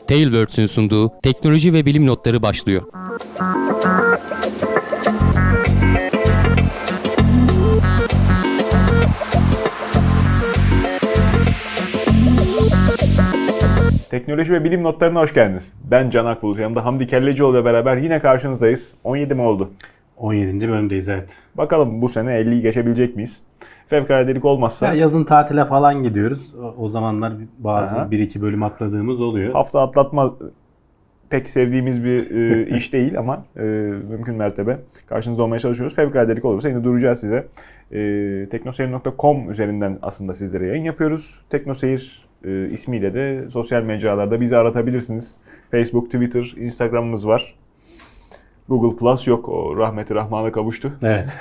Tailwords'ün sunduğu teknoloji ve bilim notları başlıyor. Teknoloji ve bilim notlarına hoş geldiniz. Ben Can Akbulut, yanımda Hamdi Kellecioğlu ile beraber yine karşınızdayız. 17 mi oldu? 17. bölümdeyiz, evet. Bakalım bu sene 50'yi geçebilecek miyiz? Fevkaladelik olmazsa... Ya yazın tatile falan gidiyoruz. O zamanlar bazı 1-2 bölüm atladığımız oluyor. Hafta atlatma pek sevdiğimiz bir iş değil ama mümkün mertebe karşınızda olmaya çalışıyoruz. Fevkaladelik olursa yine duracağız size. Teknoseyir.com üzerinden aslında sizlere yayın yapıyoruz. Teknoseyir ismiyle de sosyal mecralarda bizi aratabilirsiniz. Facebook, Twitter, Instagram'ımız var. Google Plus yok. O rahmeti rahmana kavuştu. Evet.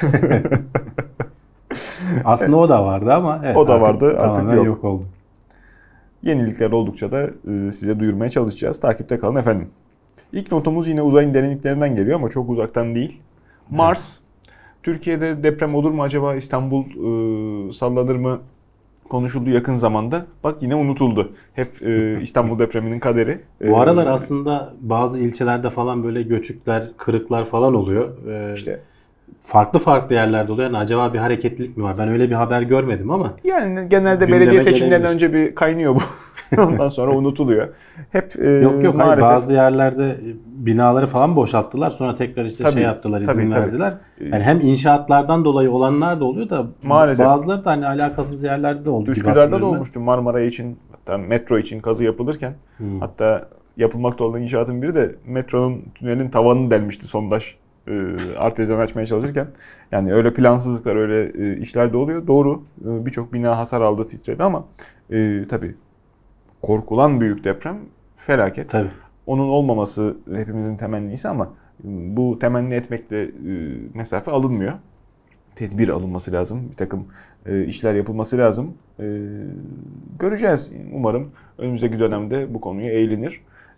Aslında o da vardı ama evet, o da vardı, artık yok oldu. Yenilikler oldukça da size duyurmaya çalışacağız. Takipte kalın efendim. İlk notumuz yine uzayın derinliklerinden geliyor ama çok uzaktan değil. Mars. Türkiye'de deprem olur mu acaba? İstanbul sallanır mı? Konuşuldu yakın zamanda. Bak yine unutuldu. Hep İstanbul depreminin kaderi. Bu aralar aslında bazı ilçelerde falan böyle göçükler, kırıklar falan oluyor. İşte farklı yerlerde oluyor. Yani acaba bir hareketlilik mi var? Ben öyle bir haber görmedim ama. Yani genelde belediye seçimlerinden önce bir kaynıyor bu. Ondan sonra unutuluyor. Hep yok maalesef. Hayır, bazı yerlerde binaları falan boşalttılar. Sonra tekrar işte yaptılar, izin verdiler. Yani hem inşaatlardan dolayı olanlar da oluyor da maalesef. Bazıları da hani alakasız yerlerde de oldu. Üsküdar'da da olmuştu. Marmara için, hatta metro için kazı yapılırken. Hatta yapılmakta olan inşaatın biri de metronun, tünelin tavanını delmişti sondaj. Artezyen açmaya çalışırken. Yani öyle plansızlıklar, öyle işler de oluyor. Doğru. Birçok bina hasar aldı, titredi ama tabii korkulan büyük deprem felaket. Tabii. Onun olmaması hepimizin temennisi ama bu temenni etmekle mesafe alınmıyor. Tedbir alınması lazım. Bir takım işler yapılması lazım. Göreceğiz. Umarım önümüzdeki dönemde bu konuya eğilinir.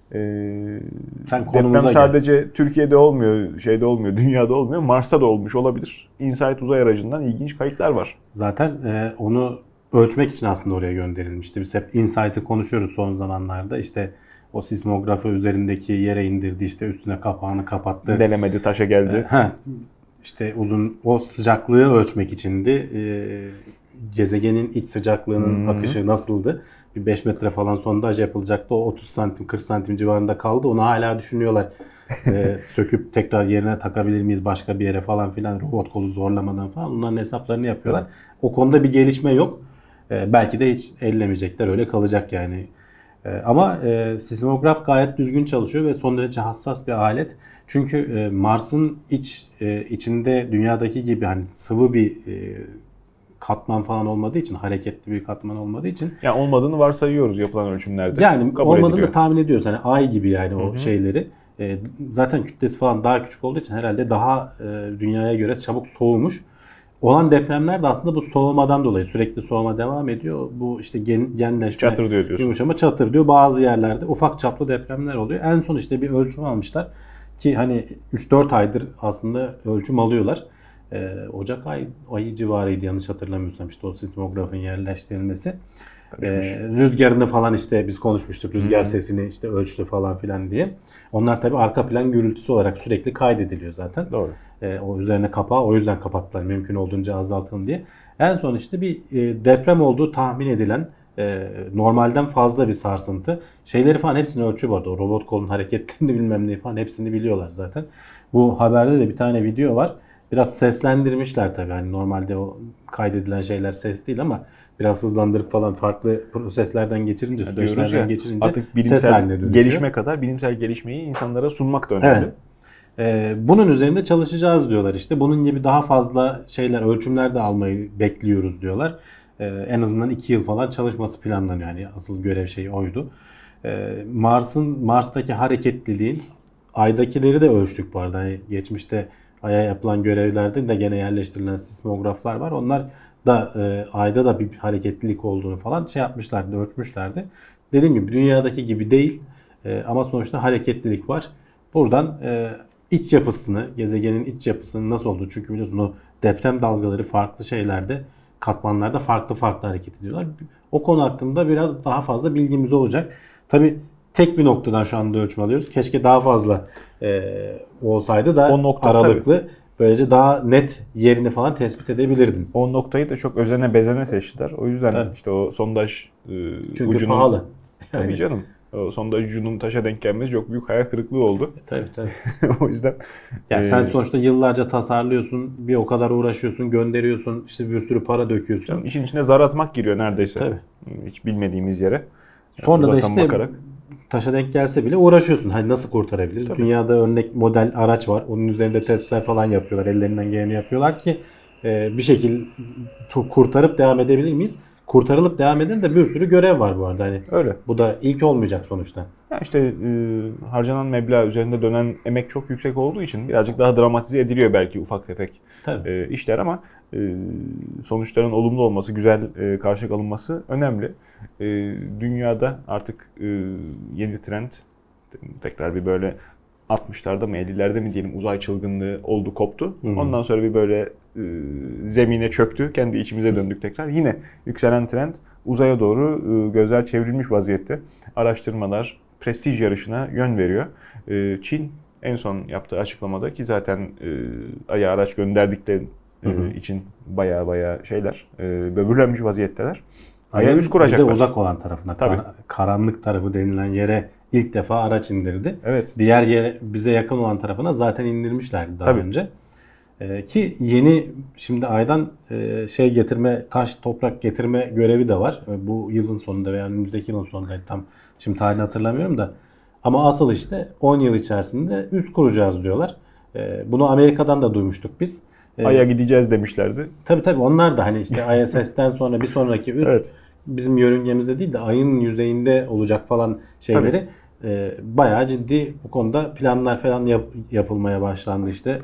Deprem sadece Türkiye'de olmuyor, şeyde olmuyor, dünyada olmuyor. Mars'ta da olmuş olabilir. InSight uzay aracından ilginç kayıtlar var. Zaten onu ölçmek için aslında oraya gönderilmişti. Biz hep InSight'ı konuşuyoruz son zamanlarda. İşte o sismografı üzerindeki yere indirdi, işte üstüne kapağını kapattı. Delemedi, taşa geldi. İşte o sıcaklığı ölçmek içindi. Gezegenin iç sıcaklığının akışı nasıldı? Bir 5 metre falan sondaj yapılacaktı. O 30 santim, 40 santim civarında kaldı. Onu hala düşünüyorlar. Söküp tekrar yerine takabilir miyiz başka bir yere falan filan, robot kolu zorlamadan falan. Bunların hesaplarını yapıyorlar. Evet. O konuda bir gelişme yok. Belki de hiç ellemeyecekler. Öyle kalacak yani. Ama sismograf gayet düzgün çalışıyor ve son derece hassas bir alet. Çünkü Mars'ın içinde dünyadaki gibi hani sıvı bir katman falan olmadığı için, hareketli bir katman olmadığı için. Yani olmadığını varsayıyoruz yapılan ölçümlerde. Yani olmadığını da tahmin ediyoruz. Hani ay gibi yani o şeyleri. Zaten kütlesi falan daha küçük olduğu için herhalde daha dünyaya göre çabuk soğumuş. Olan depremler de aslında bu soğumadan dolayı, sürekli soğuma devam ediyor. Bu işte genleşme, çatır diyor diyorsun. Yumuşama, çatır diyor. Bazı yerlerde ufak çaplı depremler oluyor. En son işte bir ölçüm almışlar ki hani 3-4 aydır aslında ölçüm alıyorlar. Ocak ayı civarıydı yanlış hatırlamıyorsam işte o sismografın yerleştirilmesi. Rüzgarını falan işte biz konuşmuştuk. Rüzgar sesini işte ölçtü falan filan diye. Onlar tabii arka plan gürültüsü olarak sürekli kaydediliyor zaten. Doğru. O üzerine kapağı o yüzden kapattılar mümkün olduğunca azaltın diye. En son işte bir deprem olduğu tahmin edilen normalden fazla bir sarsıntı. Şeyleri falan hepsini ölçüyor bu arada. O robot kolun hareketlerini bilmem ne falan hepsini biliyorlar zaten. Bu haberde de bir tane video var. Biraz seslendirmişler tabii. Hani normalde o kaydedilen şeyler ses değil ama biraz hızlandırıp falan farklı proseslerden geçirince, süreçlerden geçirince artık bilimsel gelişme kadar bilimsel gelişmeyi insanlara sunmak da önemli. Evet. Bunun üzerinde çalışacağız diyorlar işte. Bunun gibi daha fazla şeyler, ölçümler de almayı bekliyoruz diyorlar. En azından 2 yıl falan çalışması planlanıyor. Yani asıl görev şeyi oydu. Mars'taki hareketliliğin, aydakileri de ölçtük bu arada. Yani geçmişte Ay'a yapılan görevlerde de gene yerleştirilen sismograflar var. Onlar da Ay'da da bir hareketlilik olduğunu falan yapmışlardı, ölçmüşlerdi. Dediğim gibi dünyadaki gibi değil ama sonuçta hareketlilik var. Buradan iç yapısını, gezegenin iç yapısının nasıl olduğu, çünkü biliyorsun o deprem dalgaları farklı şeylerde, katmanlarda farklı hareket ediyorlar. O konu hakkında biraz daha fazla bilgimiz olacak. Tabii tek bir noktadan şu anda ölçüm alıyoruz. Keşke daha fazla olsaydı da O nokta, aralıklı. Böylece daha net yerini falan tespit edebilirdin. O noktayı da çok özene bezene seçtiler. O yüzden Tabii. işte o sondaj Çünkü ucunun... pahalı. Tabii canım. O sondaj ucunun taşa denk gelmesi çok büyük hayal kırıklığı oldu. Tabii. O yüzden... Yani sen sonuçta yıllarca tasarlıyorsun, bir o kadar uğraşıyorsun, gönderiyorsun, işte bir sürü para döküyorsun. işin içine zar atmak giriyor neredeyse. Tabii. Hiç bilmediğimiz yere. Sonra da Uzaktan işte bakarak. taşa denk gelse bile uğraşıyorsun. Hani nasıl kurtarabiliriz? Tabii. Dünyada örnek model araç var. Onun üzerinde testler falan yapıyorlar. Ellerinden geleni yapıyorlar ki bir şekilde kurtarıp devam edebilir miyiz? Kurtarılıp devam eden de bir sürü görev var bu arada. Hani Öyle. bu da ilk olmayacak sonuçta. Ya işte harcanan meblağ üzerinde dönen emek çok yüksek olduğu için birazcık daha dramatize ediliyor belki ufak tefek Tabii. işler ama sonuçların olumlu olması, güzel karşılık alınması önemli. Dünyada artık yeni trend tekrar bir böyle 60'larda mı 50'lerde mi diyelim uzay çılgınlığı oldu koptu. Hı-hı. Ondan sonra bir böyle zemine çöktü. Kendi içimize döndük tekrar. Yine yükselen trend uzaya doğru gözler çevrilmiş vaziyette. Araştırmalar prestij yarışına yön veriyor. Çin en son yaptığı açıklamada ki zaten Ay'a araç gönderdikleri için baya şeyler böbürlenmiş vaziyetteler. Ay'a üst kuracaklar. Bize uzak olan tarafına, karanlık tarafı denilen yere ilk defa araç indirdi. Evet. Diğer yere bize yakın olan tarafına zaten indirmişlerdi daha Tabii. önce. Ki yeni şimdi Ay'dan şey getirme, taş, toprak getirme görevi de var. Bu yılın sonunda veya önümüzdeki yılın sonunda tam şimdi tarihini hatırlamıyorum da. Ama asıl işte 10 yıl içerisinde üs kuracağız diyorlar. Bunu Amerika'dan da duymuştuk biz. Ay'a gideceğiz demişlerdi. Tabii onlar da hani işte ISS'ten sonra bir sonraki üs Evet. bizim yörüngemizde değil de Ay'ın yüzeyinde olacak falan şeyleri bayağı ciddi bu konuda planlar falan yapılmaya başlandı işte.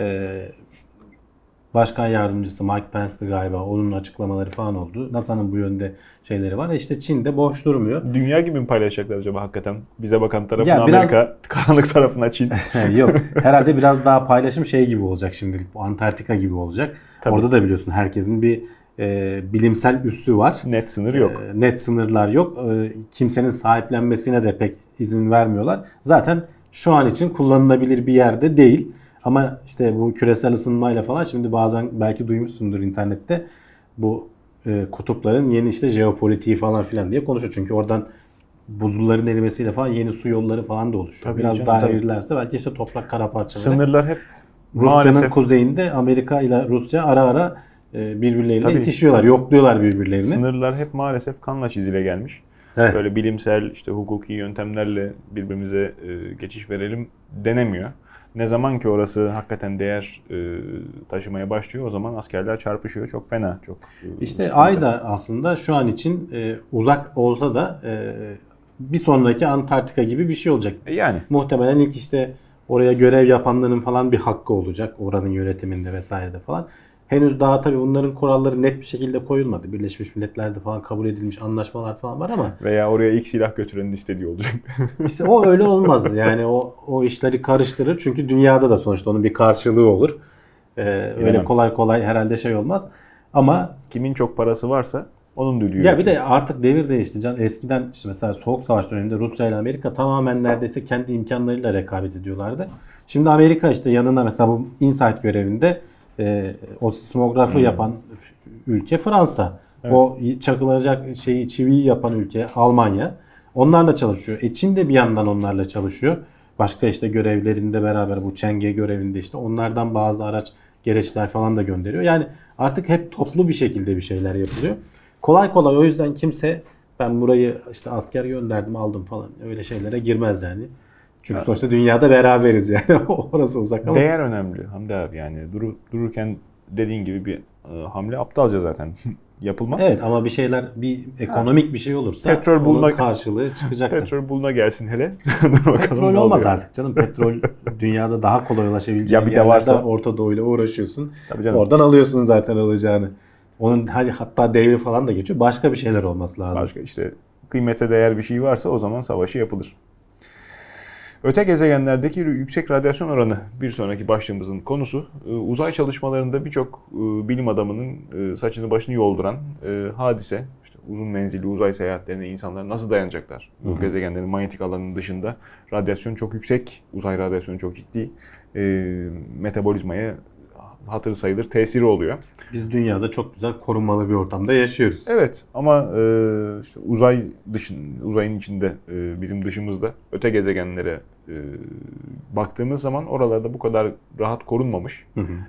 Başkan yardımcısı Mike Pence'di galiba. Onun açıklamaları falan oldu. NASA'nın bu yönde şeyleri var. İşte Çin de boş durmuyor. Dünya gibi mi paylaşacaklar acaba hakikaten? Bize bakan tarafına Ya biraz- Amerika, karanlık tarafına Çin. Yok. Herhalde biraz daha paylaşım şey gibi olacak şimdilik. Bu Antarktika gibi olacak. Tabii. Orada da biliyorsun herkesin bir bilimsel üssü var. Net sınır yok. Net sınırlar yok. Kimsenin sahiplenmesine de pek izin vermiyorlar. Zaten şu an için kullanılabilir bir yerde değil. Ama işte bu küresel ısınmayla falan şimdi bazen belki duymuşsundur internette bu kutupların yeni işte jeopolitiği falan filan diye konuşuyor. Çünkü oradan buzulların erimesiyle falan yeni su yolları falan da oluşuyor. Tabii Biraz canım, daha tabii. erirlerse belki işte toprak kara parçaları. Sınırlar hep Rusya'nın maalesef kuzeyinde Amerika ile Rusya ara ara birbirleriyle Tabii. itişiyorlar, yokluyorlar birbirlerini. sınırlar hep maalesef kanla çizile gelmiş. Evet. Böyle bilimsel işte hukuki yöntemlerle birbirimize geçiş verelim denemiyor. Ne zaman ki orası hakikaten değer taşımaya başlıyor o zaman askerler çarpışıyor. Çok fena. Çok İşte sıkıntı. Ay da aslında şu an için uzak olsa da bir sonraki Antarktika gibi bir şey olacak. Yani Muhtemelen ilk işte oraya görev yapanların falan bir hakkı olacak. Oranın yönetiminde vesairede falan. Henüz daha tabii bunların kuralları net bir şekilde koyulmadı. Birleşmiş Milletler'de falan kabul edilmiş anlaşmalar falan var ama veya oraya ilk silah götürenin istediği olacak. işte o öyle olmaz. Yani o işleri karıştırır. Çünkü dünyada da sonuçta onun bir karşılığı olur. Öyle Bilemem. kolay kolay herhalde şey olmaz. Ama Kimin çok parası varsa onun düdüğü. ya bir de artık devir değişti can. Eskiden işte mesela Soğuk Savaş döneminde Rusya ile Amerika tamamen neredeyse kendi imkanlarıyla rekabet ediyorlardı. Şimdi Amerika işte yanına mesela bu InSight görevinde o sismografı yapan ülke Fransa. Evet. O çakılacak çiviyi yapan ülke Almanya. Onlarla çalışıyor. Çin de bir yandan onlarla çalışıyor. Başka işte görevlerinde beraber bu Çenge görevinde işte onlardan bazı araç gereçler falan da gönderiyor. Yani artık hep toplu bir şekilde bir şeyler yapılıyor. Kolay kolay o yüzden kimse ben burayı işte asker gönderdim aldım falan öyle şeylere girmez yani. Çünkü sonuçta dünyada beraberiz yani. Orası uzak ama. Değer önemli Hamdi abi yani dururken dediğin gibi bir hamle aptalca zaten yapılmaz. Evet ama bir şeyler bir ekonomik bir şey olursa Petrol onun bulma- karşılığı çıkacaktır. Petrol buluna gelsin hele. Dur bakalım Petrol ne olmaz oluyor. artık canım. Petrol dünyada daha kolay ulaşabileceğin Ya bir de yerlerde varsa- Orta Doğu'yla uğraşıyorsun. Tabii canım. Oradan alıyorsun zaten alacağını. Onun hatta devri falan da geçiyor. Başka bir şeyler olması lazım. Başka işte kıymete değer bir şey varsa o zaman savaşı yapılır. Öte gezegenlerdeki yüksek radyasyon oranı bir sonraki başlığımızın konusu. Uzay çalışmalarında birçok bilim adamının saçını başını yolduran hadise. İşte uzun menzilli uzay seyahatlerine insanlar nasıl dayanacaklar? Bu gezegenlerin manyetik alanının dışında radyasyon çok yüksek, uzay radyasyonu çok ciddi. Metabolizmaya hatırı sayılır tesiri oluyor. Biz dünyada çok güzel korunmalı bir ortamda yaşıyoruz. Evet ama işte uzayın içinde bizim dışımızda öte gezegenlere baktığımız zaman oralarda bu kadar rahat korunmamış,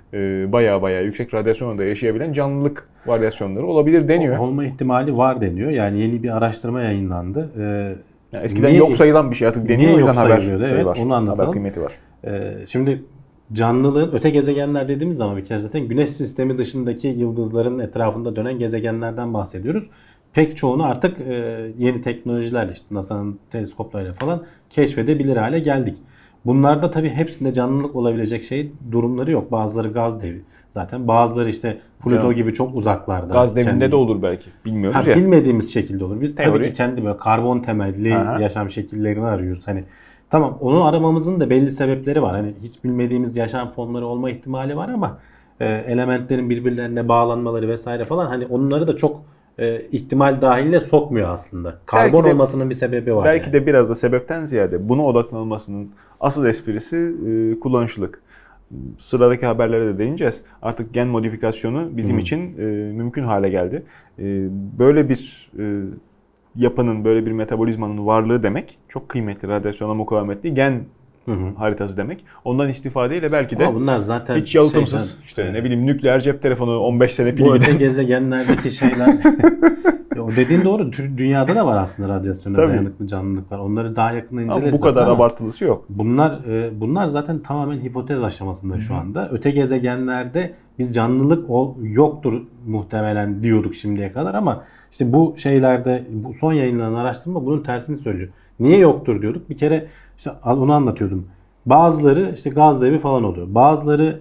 bayağı yüksek radyasyonda yaşayabilen canlılık varyasyonları olabilir deniyor. Olma ihtimali var deniyor. Yani yeni bir araştırma yayınlandı. Yani eskiden yok sayılan bir şey artık deniyor, o yüzden haber evet, var. Onu anlatalım. Haber kıymeti var. Şimdi canlılığın öte gezegenler dediğimiz zaman bir kere zaten Güneş sistemi dışındaki yıldızların etrafında dönen gezegenlerden bahsediyoruz. Pek çoğunu artık yeni teknolojilerle işte NASA'nın teleskoplarıyla falan keşfedebilir hale geldik. Bunlarda tabii hepsinde canlılık olabilecek durumları yok. Bazıları gaz devi. Zaten bazıları işte Plüto gibi çok uzaklarda. Gaz devinde de olur belki. Bilmiyoruz ya. Bilmediğimiz şekilde olur. Biz Teori. tabii ki kendi böyle karbon temelli yaşam şekillerini arıyoruz. Hani tamam, onu aramamızın da belli sebepleri var. Hani hiç bilmediğimiz yaşam formları olma ihtimali var ama elementlerin birbirlerine bağlanmaları vesaire falan, hani onları da çok ihtimal dahiline sokmuyor aslında. Karbon olmasının bir sebebi var. Belki de biraz da sebepten ziyade buna odaklanılmasının asıl esprisi kullanışlılık. Sıradaki haberlere de değineceğiz. Artık gen modifikasyonu bizim için mümkün hale geldi. Böyle bir yapının, böyle bir metabolizmanın varlığı demek çok kıymetli, radyasyona mukavemetli gen haritası demek. Ondan istifadeyle belki de bunlar zaten hiç yalıtımsız, ne bileyim nükleer cep telefonu 15 sene pili bu öte gider. gezegenlerdeki şeyler o dediğin doğru. Dünyada da var aslında radyasyona dayanıklı canlılıklar. Onları daha yakından inceleriz. Ama bu kadar abartılısı yok. Bunlar zaten tamamen hipotez aşamasında şu anda. Öte gezegenlerde biz canlılık yoktur muhtemelen diyorduk şimdiye kadar ama işte bu şeylerde, bu son yayınlanan araştırma bunun tersini söylüyor. Niye yoktur diyorduk? Bir kere işte onu anlatıyordum. Bazıları işte gaz devi falan oluyor. Bazıları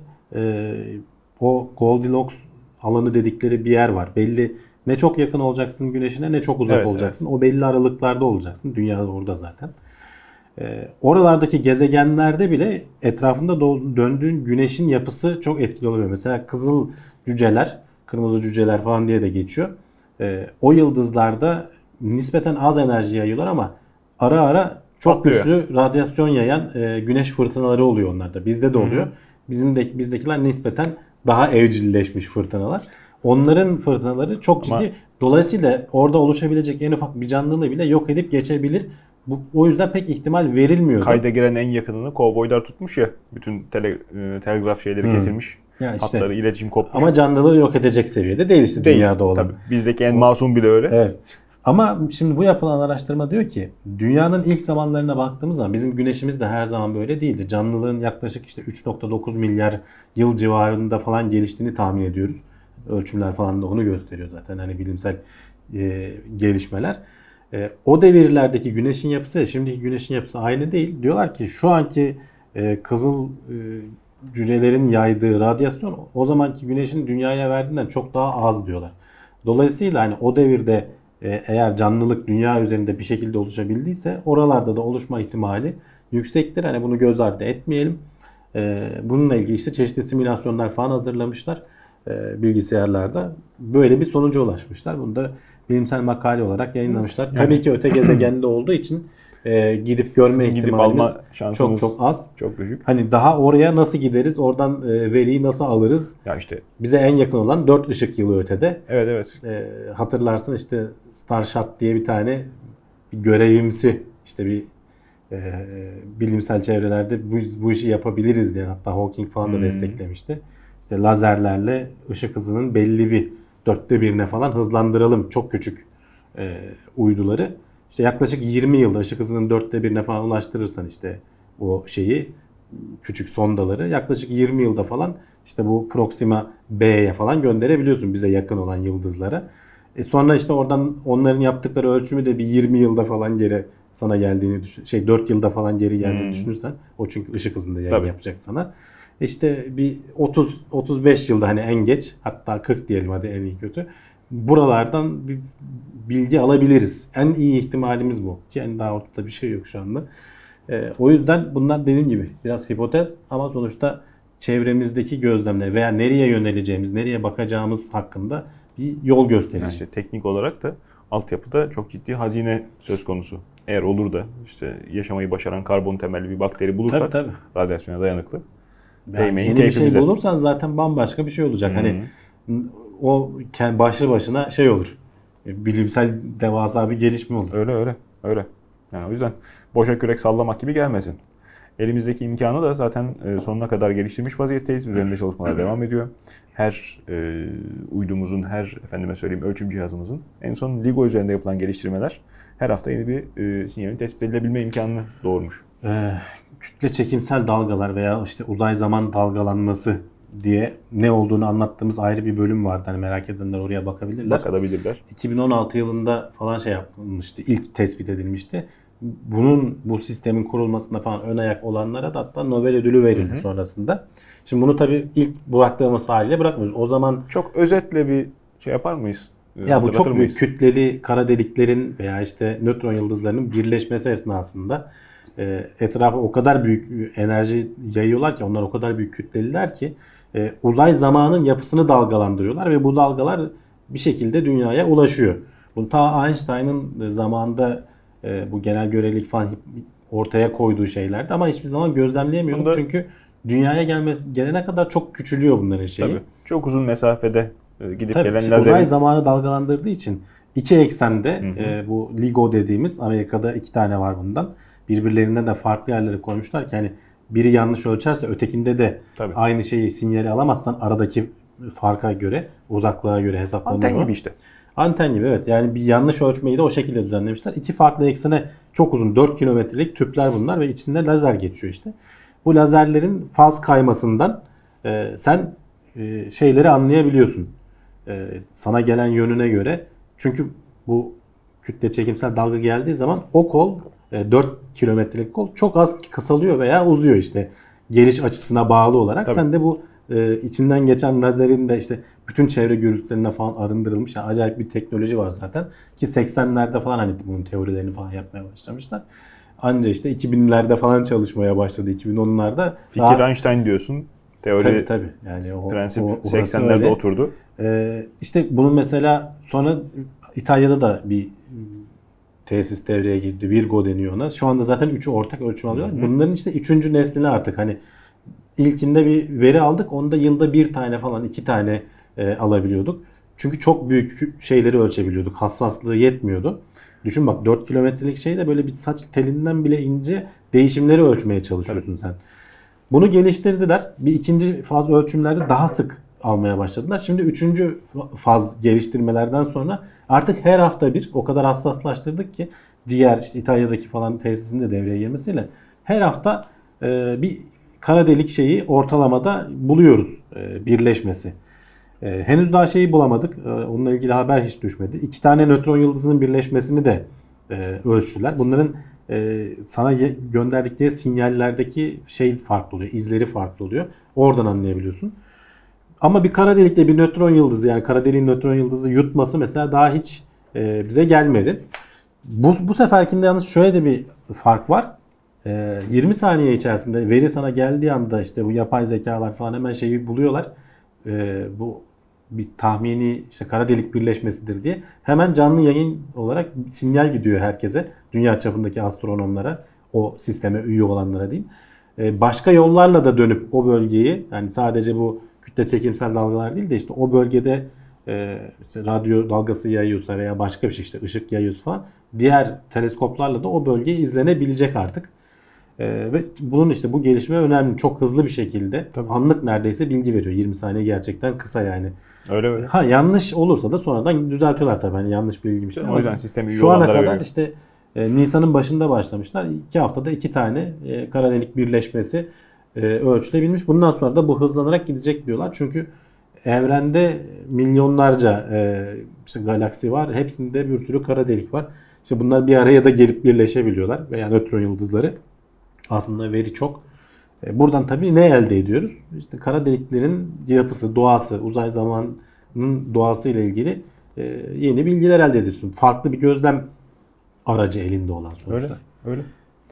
o Goldilocks alanı dedikleri bir yer var. Belli, ne çok yakın olacaksın güneşine ne çok uzak olacaksın. Evet. O belli aralıklarda olacaksın. Dünya da orada zaten. Oralardaki gezegenlerde bile etrafında döndüğün güneşin yapısı çok etkili oluyor. Mesela kızıl cüceler, kırmızı cüceler falan diye de geçiyor. O yıldızlarda nispeten az enerji yayıyorlar ama ara ara çok güçlü radyasyon yayan güneş fırtınaları oluyor onlarda. Bizde de oluyor. Bizdekiler nispeten daha evcilleşmiş fırtınalar. Onların fırtınaları çok ciddi. Dolayısıyla orada oluşabilecek en ufak bir canlılığı bile yok edip geçebilir. O yüzden pek ihtimal verilmiyor. Kayda giren en yakınını kovboylar tutmuş ya. Bütün telgraf şeyleri kesilmiş. Yani hatları, iletişim kopmuş. Ama canlılığı yok edecek seviyede değil işte dünyada olan. Tabii. Bizdeki en masum bile öyle. Evet. Ama şimdi bu yapılan araştırma diyor ki dünyanın ilk zamanlarına baktığımız zaman bizim güneşimiz de her zaman böyle değildi. Canlılığın yaklaşık işte 3.9 milyar yıl civarında falan geliştiğini tahmin ediyoruz. Ölçümler falan da onu gösteriyor zaten, hani bilimsel gelişmeler. O devirlerdeki güneşin yapısı şimdiki güneşin yapısı aynı değil. Diyorlar ki şu anki kızıl cücelerin yaydığı radyasyon o zamanki güneşin dünyaya verdiğinden çok daha az diyorlar. Dolayısıyla hani o devirde eğer canlılık dünya üzerinde bir şekilde oluşabildiyse oralarda da oluşma ihtimali yüksektir. Hani bunu göz ardı etmeyelim. Bununla ilgili işte çeşitli simülasyonlar falan hazırlamışlar bilgisayarlarda. Böyle bir sonuca ulaşmışlar. Bunu da bilimsel makale olarak yayınlamışlar. Yani, tabii ki öte gezegende olduğu için gidip görme ihtimalimiz çok az. Çok düşük. Hani daha oraya nasıl gideriz? Oradan veriyi nasıl alırız? Ya işte bize en yakın olan 4 ışık yılı ötede. Evet. Hatırlarsın işte Starshot diye bir tane görevimsi işte bir bilimsel çevrelerde bu işi yapabiliriz diye, hatta Hawking falan da desteklemişti. İşte lazerlerle ışık hızının belli bir 1/4'ine falan hızlandıralım çok küçük uyduları. İşte yaklaşık 20 yılda ışık hızının 1/4'ine falan ulaştırırsan işte o küçük sondaları yaklaşık 20 yılda falan işte bu Proxima B'ye falan gönderebiliyorsun, bize yakın olan yıldızlara. Sonra işte oradan onların yaptıkları ölçümü de bir 20 yılda falan geri sana geldiğini düşün. 4 yılda falan geri geldiğini düşünürsen, o çünkü ışık hızında yayın yapacak sana. İşte bir 30-35 yılda hani en geç, hatta 40 diyelim hadi en iyi kötü. Buralardan bir bilgi alabiliriz. En iyi ihtimalimiz bu. Yani daha ortada bir şey yok şu anda. O yüzden bunlar dediğim gibi biraz hipotez ama sonuçta çevremizdeki gözlemler veya nereye yöneleceğimiz, nereye bakacağımız hakkında bir yol gösterici. Yani teknik olarak da altyapıda çok ciddi hazine söz konusu. Eğer olur da işte yaşamayı başaran karbon temelli bir bakteri bulursak Tabii. radyasyona dayanıklı. Yani Değmeyin yeni bir şey keyfimize. bulursan zaten bambaşka bir şey olacak. Hani o başlı başına şey olur. Bilimsel devasa bir gelişme olur. Öyle. Yani o yüzden boşa kürek sallamak gibi gelmesin. Elimizdeki imkanı da zaten sonuna kadar geliştirmiş vaziyetteyiz. Üzerinde çalışmalar devam ediyor. Her uydumuzun, her efendime söyleyeyim ölçüm cihazımızın en son LIGO üzerinde yapılan geliştirmeler her hafta yeni bir sinyalin tespit edilebilme imkanını doğurmuş. Kütle çekimsel dalgalar veya işte uzay zaman dalgalanması diye ne olduğunu anlattığımız ayrı bir bölüm vardı. Hani merak edenler oraya bakabilirler. Bakabilirler. 2016 yılında falan şey yapılmıştı. İlk tespit edilmişti. Bu sistemin kurulmasında falan ön ayak olanlara da hatta Nobel ödülü verildi sonrasında. Şimdi bunu tabii ilk bıraktığımız haliyle bırakmıyoruz. O zaman çok özetle bir şey yapar mıyız? Ya bu çok büyük mıyız? kütleli kara deliklerin veya işte nötron yıldızlarının birleşmesi esnasında etrafa o kadar büyük enerji yayıyorlar ki, onlar o kadar büyük kütleliler ki uzay zamanın yapısını dalgalandırıyorlar ve bu dalgalar bir şekilde dünyaya ulaşıyor. Bu ta Einstein'ın zamanında bu genel görelilik falan ortaya koyduğu şeylerdi ama hiçbir zaman gözlemleyemiyorduk. Bunda, çünkü dünyaya gelene kadar çok küçülüyor bunların şeyi. Tabii. Çok uzun mesafede gidip Tabii, gelen işte lazerin... uzay zamanı dalgalandırdığı için iki eksende bu LIGO dediğimiz, Amerika'da 2 tane var bundan. Birbirlerinden de farklı yerlere koymuşlar ki hani biri yanlış ölçerse ötekinde de Tabii. aynı şeyi, sinyali alamazsan aradaki farka göre, uzaklığa göre hesaplanıyor. Anten gibi işte. Anten gibi, evet. Yani bir yanlış ölçmeyi de o şekilde düzenlemişler. 2 farklı eksene çok uzun 4 kilometrelik tüpler bunlar ve içinde lazer geçiyor işte. Bu lazerlerin faz kaymasından sen şeyleri anlayabiliyorsun. Sana gelen yönüne göre. Çünkü bu kütle çekimsel dalga geldiği zaman o kol 4 kilometrelik kol çok az kısalıyor veya uzuyor işte. Geliş açısına bağlı olarak. Tabii. Sen de bu içinden geçen lazerin de işte bütün çevre gürültülerinden falan arındırılmış. Yani acayip bir teknoloji var zaten. Ki 80'lerde falan hani bunun teorilerini falan yapmaya başlamışlar. Anca işte 2000'lerde falan çalışmaya başladı. 2010'larda. Fikir Einstein diyorsun. Teori tabii. Yani o prensip orası 80'lerde öyle. oturdu. İşte bunun mesela sonra İtalya'da da bir tesis devreye girdi. Virgo deniyor ona. Şu anda zaten 3'ü ortak ölçüm alıyorlar. Bunların işte 3. neslini artık hani ilkinde bir veri aldık. Onda yılda 1 tane falan 2 tane alabiliyorduk. Çünkü çok büyük şeyleri ölçebiliyorduk. Hassaslığı yetmiyordu. Düşün bak 4 kilometrelik şeyde böyle bir saç telinden bile ince değişimleri ölçmeye çalışıyorsun sen. Bunu geliştirdiler. Bir ikinci faz ölçümlerde daha sık almaya başladılar. Şimdi 3. faz geliştirmelerden sonra artık her hafta bir o kadar hassaslaştırdık ki diğer işte İtalya'daki falan tesisin de devreye girmesiyle her hafta bir kara delik şeyi ortalamada buluyoruz birleşmesi. Henüz daha şeyi bulamadık. Onunla ilgili haber hiç düşmedi. 2 tane nötron yıldızının birleşmesini de ölçtüler. Bunların sana gönderdikleri sinyallerdeki şey farklı oluyor. İzleri farklı oluyor. Oradan anlayabiliyorsun. Ama bir kara delikle bir nötron yıldızı, yani kara deliğin nötron yıldızı yutması mesela daha hiç bize gelmedi. Bu seferkinde yalnız şöyle de bir fark var. 20 saniye içerisinde veri sana geldiği anda işte bu yapay zekalar falan hemen şeyi buluyorlar. Bu bir tahmini işte kara delik birleşmesidir diye hemen canlı yayın olarak sinyal gidiyor herkese. Dünya çapındaki astronomlara, o sisteme üye olanlara diyeyim. Başka yollarla da dönüp o bölgeyi, yani sadece bu kütle çekimsel dalgalar değil de işte o bölgede işte radyo dalgası yayıyorsa veya başka bir şey işte ışık yayıyorsa falan diğer teleskoplarla da o bölge izlenebilecek artık. Ve bunun işte bu gelişme önemli. Çok hızlı bir şekilde anlık neredeyse bilgi veriyor. 20 saniye gerçekten kısa yani. Öyle. Ha, yanlış olursa da sonradan düzeltiyorlar tabii. Hani yanlış bilgiymiş. O yüzden sistemi üye şu ana olanlara kadar veriyor. işte Nisan'ın başında başlamışlar. 2 haftada 2 tane kara delik birleşmesi ölçülebilmiş. Bundan sonra da bu hızlanarak gidecek diyorlar. Çünkü evrende milyonlarca işte galaksi var. Hepsinde bir sürü kara delik var. İşte bunlar bir araya da gelip birleşebiliyorlar veya nötron yıldızları. Aslında veri çok. Buradan tabii ne elde ediyoruz? İşte kara deliklerin yapısı, doğası, uzay zamanının doğası ile ilgili yeni bilgiler elde ediyorsun. Farklı bir gözlem aracı elinde olan sonuçta. Öyle.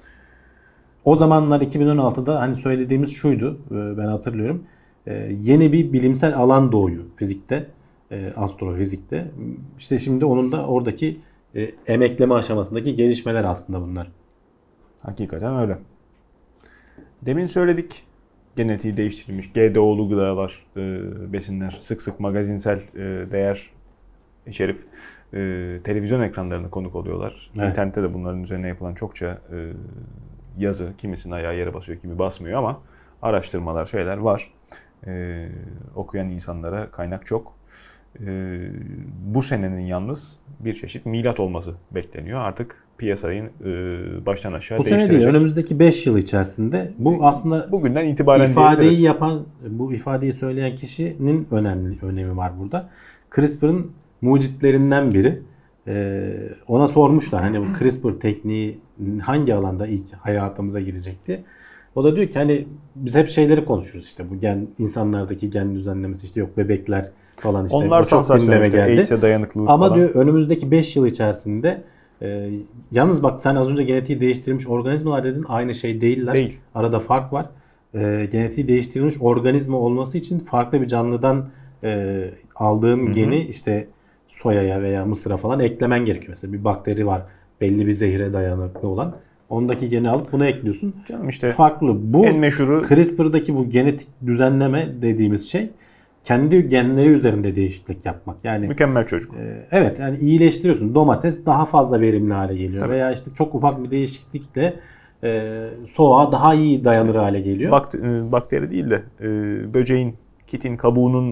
O zamanlar 2016'da hani söylediğimiz şuydu, ben hatırlıyorum. Yeni bir bilimsel alan doğuyor fizikte. astrofizikte. İşte şimdi onun da oradaki emekleme aşamasındaki gelişmeler aslında bunlar. Hakikaten öyle. Demin söyledik. Genetiği değiştirilmiş GDO'lu gıdalar, besinler sık sık magazinsel değer içerip televizyon ekranlarına konuk oluyorlar. Evet. İnternette de bunların üzerine yapılan çokça yazı, kimisinin ayağı yere basıyor, kimi basmıyor ama araştırmalar, şeyler var. Okuyan insanlara kaynak çok. Bu senenin yalnız bir çeşit milat olması bekleniyor. Artık piyasayı baştan aşağı Bu sene değiştirecek. değil, önümüzdeki 5 yıl içerisinde bu aslında Bugünden itibaren ifadeyi diyebiliriz. yapan, bu ifadeyi söyleyen kişinin önemi var burada. CRISPR'ın mucitlerinden biri. Ona sormuşlar hani bu CRISPR tekniği hangi alanda ilk hayatımıza girecekti. O da diyor ki hani biz hep şeyleri konuşuruz işte bu insanlardaki gen düzenlemesi işte yok bebekler falan işte. Onlar o çok sansasyon gündeme işte, geldi. AIDS'e dayanıklılık Ama falan. diyor önümüzdeki 5 yıl içerisinde yalnız bak sen az önce genetiği değiştirilmiş organizmalar dedin aynı şey değiller. Değil. Arada fark var. Genetiği değiştirilmiş organizma olması için farklı bir canlıdan aldığın geni işte soyaya veya mısıra falan eklemen gerekiyor. Mesela bir bakteri var belli bir zehire dayanıklı olan. Ondaki geni alıp bunu ekliyorsun. Canım işte Farklı. Bu en meşhuru CRISPR'daki bu genetik düzenleme dediğimiz şey kendi genleri üzerinde değişiklik yapmak. Yani mükemmel çocuk. evet yani iyileştiriyorsun. Domates daha fazla verimli hale geliyor. Tabii. Veya işte çok ufak bir değişiklikle soğuğa daha iyi dayanır hale geliyor. Bakteri değil de böceğin, kitin kabuğunun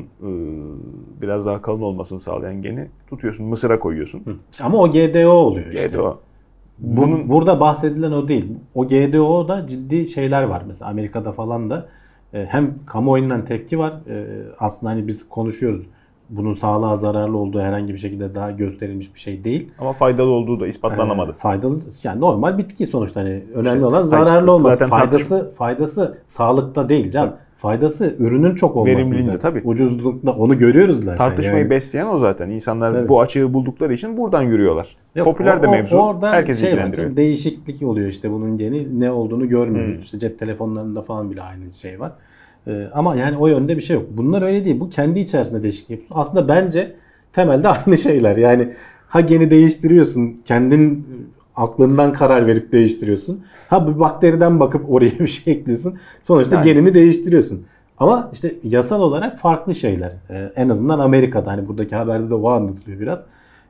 biraz daha kalın olmasını sağlayan geni tutuyorsun, mısıra koyuyorsun. Ama o GDO oluyor işte. GDO. Burada bahsedilen o değil. O GDO'da ciddi şeyler var. Mesela Amerika'da falan da hem kamuoyundan tepki var. Aslında hani biz konuşuyoruz. Bunun sağlığa zararlı olduğu herhangi bir şekilde daha gösterilmiş bir şey değil. Ama faydalı olduğu da ispatlanamadı. Faydalı yani normal bitki sonuçta hani önemli İşte, olan zararlı olması. zaten Faydası sağlıkta değil can. Faydası ürünün çok olmasında. Verimliliğinde tabii. Ucuzlukta onu görüyoruz zaten. Tartışmayı yani. besleyen o zaten. İnsanlar Tabii. bu açığı buldukları için buradan yürüyorlar. Yok, Popüler de mevzu. Orada Herkesi şey var, ilgilendiriyor. değişiklik oluyor işte bunun geni ne olduğunu görmüyoruz. İşte cep telefonlarında falan bile aynı şey var. Ama yani o yönde bir şey yok. Bunlar öyle değil. Bu kendi içerisinde değişiklik yapıyorsun. Aslında bence temelde aynı şeyler. Yani ha geni değiştiriyorsun. Kendin aklından karar verip değiştiriyorsun. Ha bir bakteriden bakıp oraya bir şey ekliyorsun. Sonuçta Yani. genini değiştiriyorsun. Ama işte yasal olarak farklı şeyler. En azından Amerika'da hani buradaki haberde de o anlatılıyor biraz.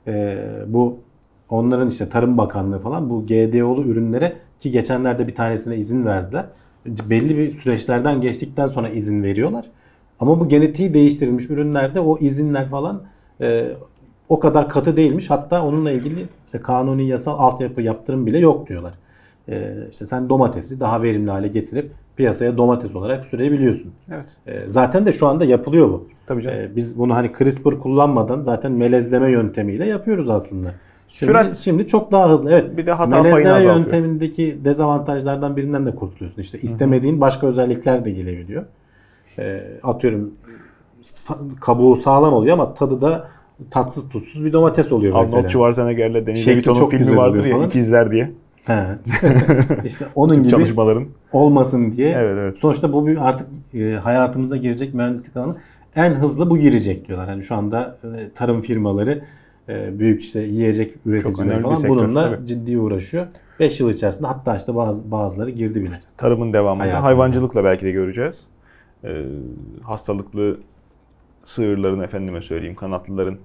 Bu onların işte Tarım Bakanlığı falan bu GDO'lu ürünlere ki geçenlerde bir tanesine izin verdiler. Belli bir süreçlerden geçtikten sonra izin veriyorlar. Ama bu genetiği değiştirilmiş ürünlerde o izinler falan o kadar katı değilmiş. Hatta onunla ilgili işte kanuni yasal altyapı yaptırım bile yok diyorlar. İşte sen domatesi daha verimli hale getirip piyasaya domates olarak sürebiliyorsun. Evet. Zaten de şu anda yapılıyor bu. Tabii canım. Biz bunu hani CRISPR kullanmadan zaten melezleme yöntemiyle yapıyoruz aslında. Şimdi çok daha hızlı. Evet. Bir de hata payını melezleme azaltıyor. yöntemindeki dezavantajlardan birinden de kurtuluyorsun. İşte istemediğin başka özellikler de gelebiliyor. Atıyorum kabuğu sağlam oluyor ama tadı da tatsız tutsuz bir domates oluyor mesela. Arnold Schwarzenegger'le Danny Şekli DeVito'nun çok filmi güzel vardır oluyor ya falan. İkizler diye. Evet. İşte onun Tüm gibi çalışmaların. olmasın diye. Evet. Sonuçta bu bir artık hayatımıza girecek mühendislik alanı. En hızlı bu girecek diyorlar. Hani şu anda tarım firmaları büyük işte yiyecek üreticileri önemli bir falan sektör, bununla tabii. ciddi uğraşıyor. 5 yıl içerisinde hatta işte bazıları girdi bile. Tarımın devamında Hayatımızda. hayvancılıkla belki de göreceğiz. Hastalıklı sığırların efendime söyleyeyim kanatlıların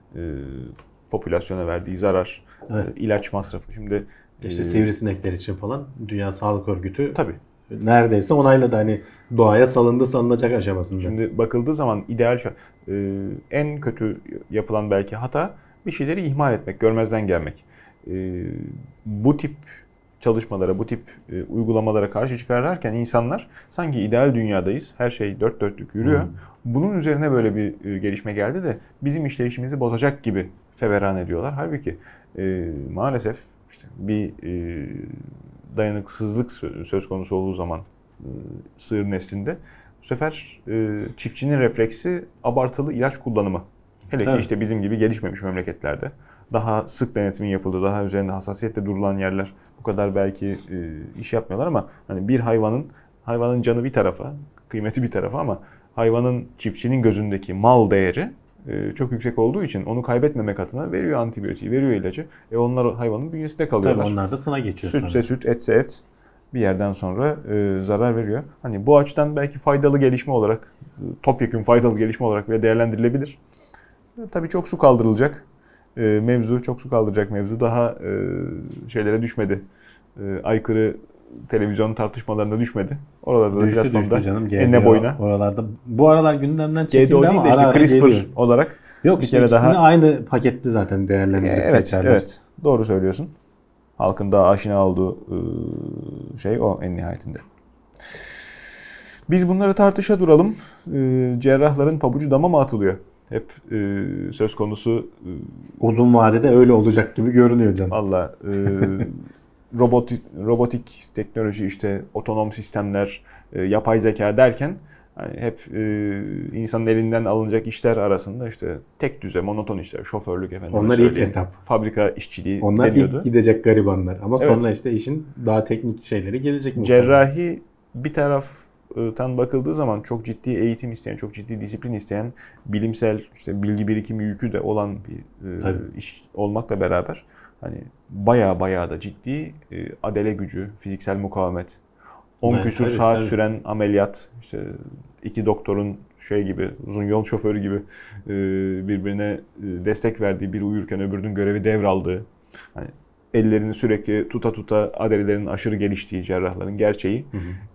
popülasyona verdiği zarar, Evet. ilaç masrafı. Şimdi İşte sivrisinekler için falan Dünya Sağlık Örgütü tabii. neredeyse onayladı hani doğaya salındı sanılacak aşamasında. Şimdi bakıldığı zaman ideal en kötü yapılan belki hata bir şeyleri ihmal etmek, görmezden gelmek. Bu tip çalışmalara, bu tip uygulamalara karşı çıkarlarken insanlar sanki ideal dünyadayız, her şey dört dörtlük yürüyor. Bunun üzerine böyle bir gelişme geldi de bizim işleyişimizi bozacak gibi feveran ediyorlar. Halbuki maalesef işte bir dayanıksızlık söz konusu olduğu zaman sığır neslinde bu sefer çiftçinin refleksi abartılı ilaç kullanımı. Hele ki Evet. işte bizim gibi gelişmemiş memleketlerde daha sık denetimin yapıldığı, daha üzerinde hassasiyetle durulan yerler bu kadar belki iş yapmıyorlar ama hani bir hayvanın canı bir tarafa, kıymeti bir tarafa ama hayvanın çiftçinin gözündeki mal değeri çok yüksek olduğu için onu kaybetmemek adına veriyor antibiyotiği, veriyor ilacı. Onlar hayvanın bünyesinde kalıyorlar. Tabii onlar da sana geçiyor sonra. Sütse süt, etse et bir yerden sonra zarar veriyor. Hani bu açıdan belki faydalı gelişme olarak, topyekün faydalı gelişme olarak bile değerlendirilebilir. Tabii çok su kaldırılacak mevzu, çok su kaldıracak mevzu daha şeylere düşmedi. Aykırı televizyon tartışmalarına düşmedi. Oralarda da Düştü platformda canım. enine boyuna. Oralarda bu aralar gündemden çekildi GDO değil ama de işte ara ara CRISPR geliyor. olarak Yok bir işte kere ikisini daha aynı paketli zaten değerlendirip evet, geçerler. evet. Doğru söylüyorsun. Halkın daha aşina olduğu şey o en nihayetinde. Biz bunları tartışa duralım. Cerrahların pabucu dama mı atılıyor? Hep söz konusu. Uzun vadede öyle olacak gibi görünüyor canım. Valla robotik teknoloji, işte otonom sistemler, yapay zeka derken hani hep insanın elinden alınacak işler arasında işte tek düze, monoton işler, şoförlük efendim. Onlar ilk etap. Fabrika işçiliği Onlar deniyordu. ilk gidecek garibanlar. Ama Evet. sonra işte işin daha teknik şeyleri gelecek muhtemelen. Cerrahi bir taraftan bakıldığı zaman çok ciddi eğitim isteyen, çok ciddi disiplin isteyen, bilimsel işte bilgi birikimi yükü de olan bir iş olmakla beraber hani bayağı da ciddi adele gücü, fiziksel mukavemet, 10 Evet, küsur tabii, saat tabii. süren ameliyat, işte iki doktorun şey gibi, uzun yol şoförü gibi birbirine destek verdiği, biri uyurken öbürünün görevi devraldığı, hani ellerini sürekli tuta adalelerinin aşırı geliştiği cerrahların gerçeği,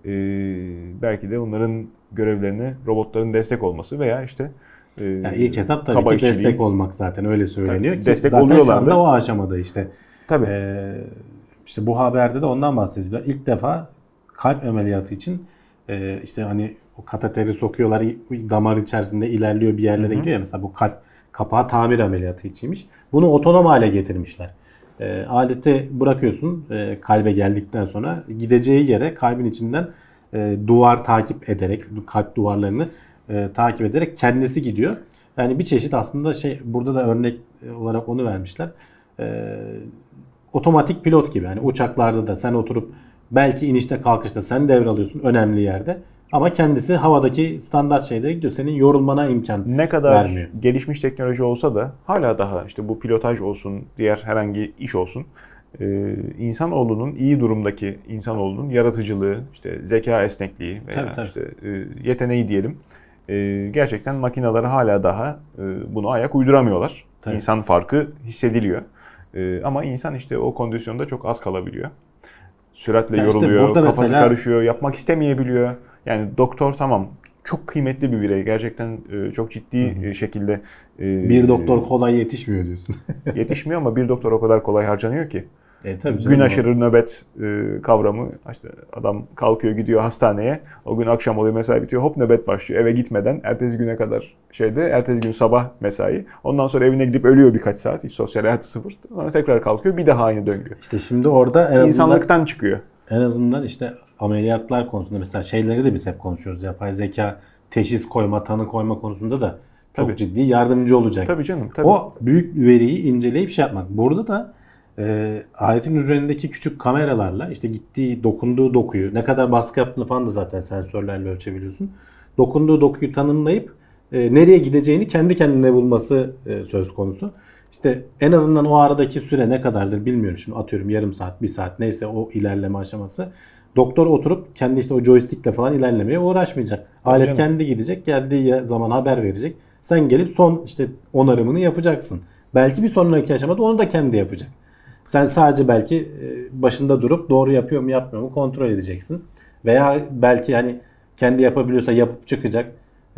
belki de onların görevlerine robotların destek olması veya işte Yani ilk etap kaba tabii ki işçiliği. destek olmak zaten öyle söyleniyor Tabii, ki destek zaten şu oluyorlar anda da. o aşamada işte. Tabii. İşte bu haberde de ondan bahsediyorlar. İlk defa kalp ameliyatı için işte hani o kateteri sokuyorlar, damar içerisinde ilerliyor bir yerlere gidiyor ya, mesela bu kalp kapağı tamir ameliyatı içiymiş. Bunu otonom hale getirmişler. Aleti bırakıyorsun kalbe geldikten sonra gideceği yere kalbin içinden duvar takip ederek, kalp duvarlarını takip ederek kendisi gidiyor. Yani bir çeşit aslında burada da örnek olarak onu vermişler. Otomatik pilot gibi. Yani uçaklarda da sen oturup belki inişte kalkışta sen devralıyorsun önemli yerde. Ama kendisi havadaki standart şeylere gidiyor. Senin yorulmana imkan Ne kadar vermiyor. gelişmiş teknoloji olsa da hala daha işte bu pilotaj olsun, diğer herhangi iş olsun, insanoğlunun iyi durumdaki insanoğlunun yaratıcılığı, işte zeka esnekliği veya Tabii. işte yeteneği diyelim, gerçekten makineleri hala daha bunu ayak uyduramıyorlar. Tabii. İnsan farkı hissediliyor. Ama insan işte o kondisyonda çok az kalabiliyor. Süratle Ya işte yoruluyor, burada kafası mesela karışıyor, yapmak istemeyebiliyor. Yani doktor tamam çok kıymetli bir birey. Gerçekten çok ciddi şekilde bir doktor kolay yetişmiyor diyorsun. yetişmiyor ama bir doktor o kadar kolay harcanıyor ki. Tabii Gün aşırı nöbet kavramı, işte adam kalkıyor gidiyor hastaneye, o gün akşam oluyor, mesai bitiyor, hop nöbet başlıyor eve gitmeden ertesi güne kadar ertesi gün sabah mesai, ondan sonra evine gidip ölüyor birkaç saat, hiç sosyal hayatı sıfır, sonra tekrar kalkıyor, bir daha aynı döngü. İşte şimdi orada en azından, İnsanlıktan çıkıyor. en azından işte ameliyatlar konusunda mesela şeyleri de biz hep konuşuyoruz. Yapay zeka teşhis koyma, tanı koyma konusunda da çok Tabii. ciddi yardımcı olacak. Tabii canım. Tabii. O büyük veriyi inceleyip yapmak. Burada da aletin üzerindeki küçük kameralarla işte dokunduğu dokuyu, ne kadar baskı yaptığını falan da zaten sensörlerle ölçebiliyorsun. Dokunduğu dokuyu tanımlayıp nereye gideceğini kendi kendine bulması söz konusu. İşte en azından o aradaki süre ne kadardır bilmiyorum. Şimdi atıyorum yarım saat, bir saat neyse o ilerleme aşaması. Doktor oturup kendi işte o joystickle falan ilerlemeye uğraşmayacak. Alet canım. kendi gidecek, geldiği zaman haber verecek. Sen gelip son işte onarımını yapacaksın. Belki bir sonraki aşamada onu da kendi yapacak. Sen sadece belki başında durup doğru yapıyor mu yapmıyor mu kontrol edeceksin. Veya belki hani kendi yapabiliyorsa yapıp çıkacak.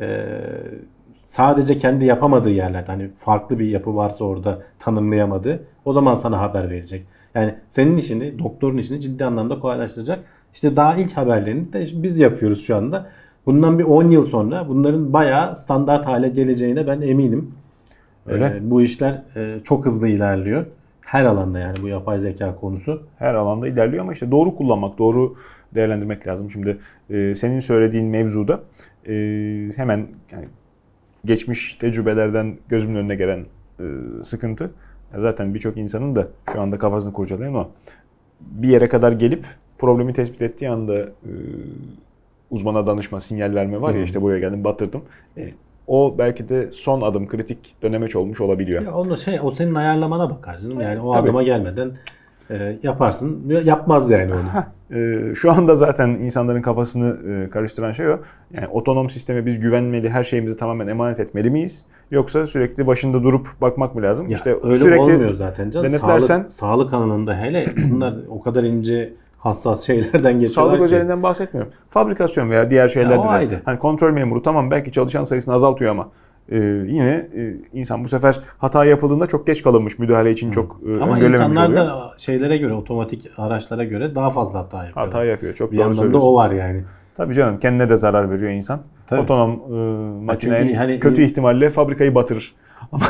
Sadece kendi yapamadığı yerlerde hani farklı bir yapı varsa orada tanımlayamadığı, o zaman sana haber verecek. Yani senin işini, doktorun işini ciddi anlamda kolaylaştıracak. İşte daha ilk haberlerini de biz yapıyoruz şu anda. Bundan bir 10 yıl sonra bunların bayağı standart hale geleceğine ben eminim. Öyle. Bu işler çok hızlı ilerliyor. Her alanda yani bu yapay zeka konusu. Her alanda ilerliyor ama işte doğru kullanmak, doğru değerlendirmek lazım. Şimdi senin söylediğin mevzuda hemen yani geçmiş tecrübelerden gözümün önüne gelen sıkıntı. Zaten birçok insanın da şu anda kafasını kurcalayan o. Bir yere kadar gelip problemi tespit ettiği anda uzmana danışma, sinyal verme var ya, işte buraya geldim batırdım. o belki de son adım, kritik dönemeç olmuş olabiliyor. Ya o senin ayarlamana bakar canım. Yani o Tabii. adıma gelmeden yaparsın. Yapmaz yani onu. Şu anda zaten insanların kafasını karıştıran şey o. Yani otonom sisteme biz güvenmeli, her şeyimizi tamamen emanet etmeli miyiz? Yoksa sürekli başında durup bakmak mı lazım? Ya İşte öyle sürekli olmuyor zaten canım. denetlersen Sağlık alanında hele bunlar o kadar ince hassas şeylerden geçiyorlar sağlık ki. özelinden bahsetmiyorum. Fabrikasyon veya diğer şeylerde o de. ayrı. Hani kontrol memuru tamam belki çalışan sayısını azaltıyor ama yine insan bu sefer hata yapıldığında çok geç kalınmış. Müdahale için çok Ama öngörülememiş insanlar oluyor. da şeylere göre, otomatik araçlara göre daha fazla hata yapıyor. Hata yapıyor. Çok Bir doğru yandan da söylüyorsun. o var yani. Tabii canım kendine de zarar veriyor insan. Tabii. Otonom makine çünkü en hani- kötü ihtimalle fabrikayı batırır. Ama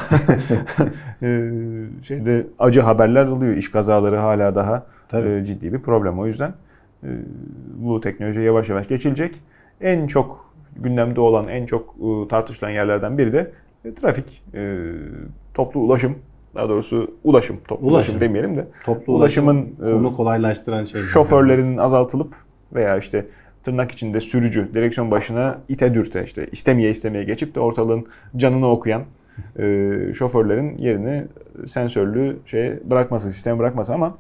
şeyde acı haberler oluyor. İş kazaları hala daha Tabii. ciddi bir problem. O yüzden bu teknoloji yavaş yavaş geçilecek. En çok gündemde olan, en çok tartışılan yerlerden biri de trafik, toplu ulaşım. Daha doğrusu ulaşım, toplu ulaşım demeyelim de. Toplu Ulaşımın onu kolaylaştıran şeyler. şoförlerinin azaltılıp veya işte tırnak içinde sürücü direksiyon başına ite dürte işte istemeye geçip de ortalığın canını okuyan şoförlerin yerini sensörlü bırakması, sistem bırakması ama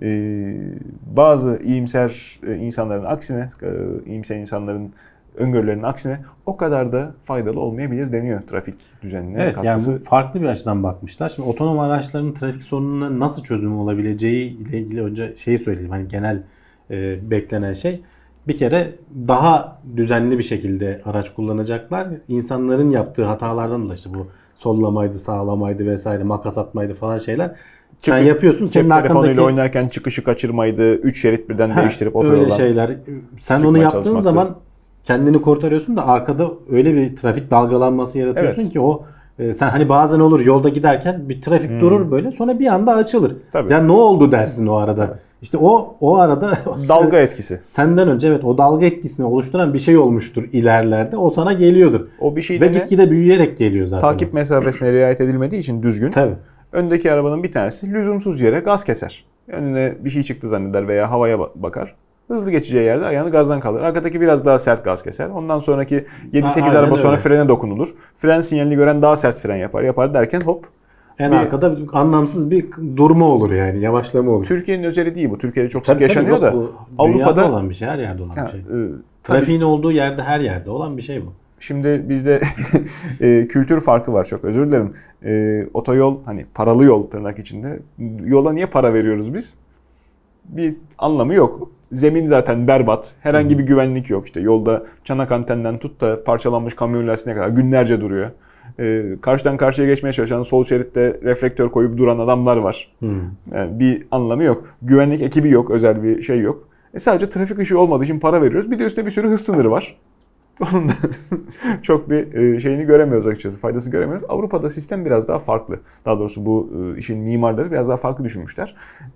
bazı iyimser insanların aksine, iyimser insanların öngörülerinin aksine o kadar da faydalı olmayabilir deniyor trafik düzenine Evet katkısı. yani bu farklı bir açıdan bakmışlar. Şimdi otonom araçların trafik sorununa nasıl çözümü olabileceği ile ilgili önce şeyi söyleyeyim. Hani genel beklenen şey bir kere daha düzenli bir şekilde araç kullanacaklar. İnsanların yaptığı hatalardan da işte bu sollamaydı, sağlamaydı vesaire, makas atmaydı falan şeyler. Sen yapıyorsun. Senin Cep telefonuyla arkandaki oynarken çıkışı kaçırmaydı, 3 şerit birden değiştirip öyle otoyoldan şeyler. Sen çıkmaya onu yaptığın çalışmaktı. zaman kendini kurtarıyorsun da arkada öyle bir trafik dalgalanması yaratıyorsun Evet. ki o sen hani bazen olur yolda giderken bir trafik durur böyle sonra bir anda açılır. Tabii. Ya ne oldu dersin o arada. Tabii. İşte o arada dalga etkisi. senden önce evet o dalga etkisini oluşturan bir şey olmuştur ilerlerde. O sana geliyordur. O bir şey Ve de ne? gitgide büyüyerek geliyor zaten. Takip mesafesine riayet edilmediği için düzgün. Tabii. Öndeki arabanın bir tanesi lüzumsuz yere gaz keser. Önüne bir şey çıktı zanneder veya havaya bakar. Hızlı geçeceği yerde ayağını gazdan kaldırır. Arkadaki biraz daha sert gaz keser. Ondan sonraki 7-8 Aynen araba sonra öyle. frene dokunulur. Fren sinyalini gören daha sert fren yapar derken hop. En arkada anlamsız bir durma olur yani. Yavaşlama olur. Türkiye'nin özeli değil bu. Türkiye'de çok sık Tabii, yaşanıyor yok, da. bu Avrupa'da dünyada olan bir şey. Her yerde olan bir şey. tabii, Trafiğin olduğu yerde her yerde olan bir şey bu. şimdi bizde kültür farkı var çok özür dilerim. Otoyol hani paralı yol tırnak içinde. Yola niye para veriyoruz biz? Bir anlamı yok. Zemin zaten berbat. Herhangi bir güvenlik yok. İşte yolda çanak antenden tut da parçalanmış kamyon lastiğine kadar günlerce duruyor. Karşıdan karşıya geçmeye çalışan sol şeritte reflektör koyup duran adamlar var. Yani bir anlamı yok. Güvenlik ekibi yok. Özel bir şey yok. Sadece trafik ışığı olmadığı için para veriyoruz. Bir de üstüne bir sürü hız sınırı var. Onun da çok bir şeyini göremiyoruz açıkçası. Faydasını göremiyoruz. Avrupa'da sistem biraz daha farklı. Daha doğrusu bu işin mimarları biraz daha farklı düşünmüşler.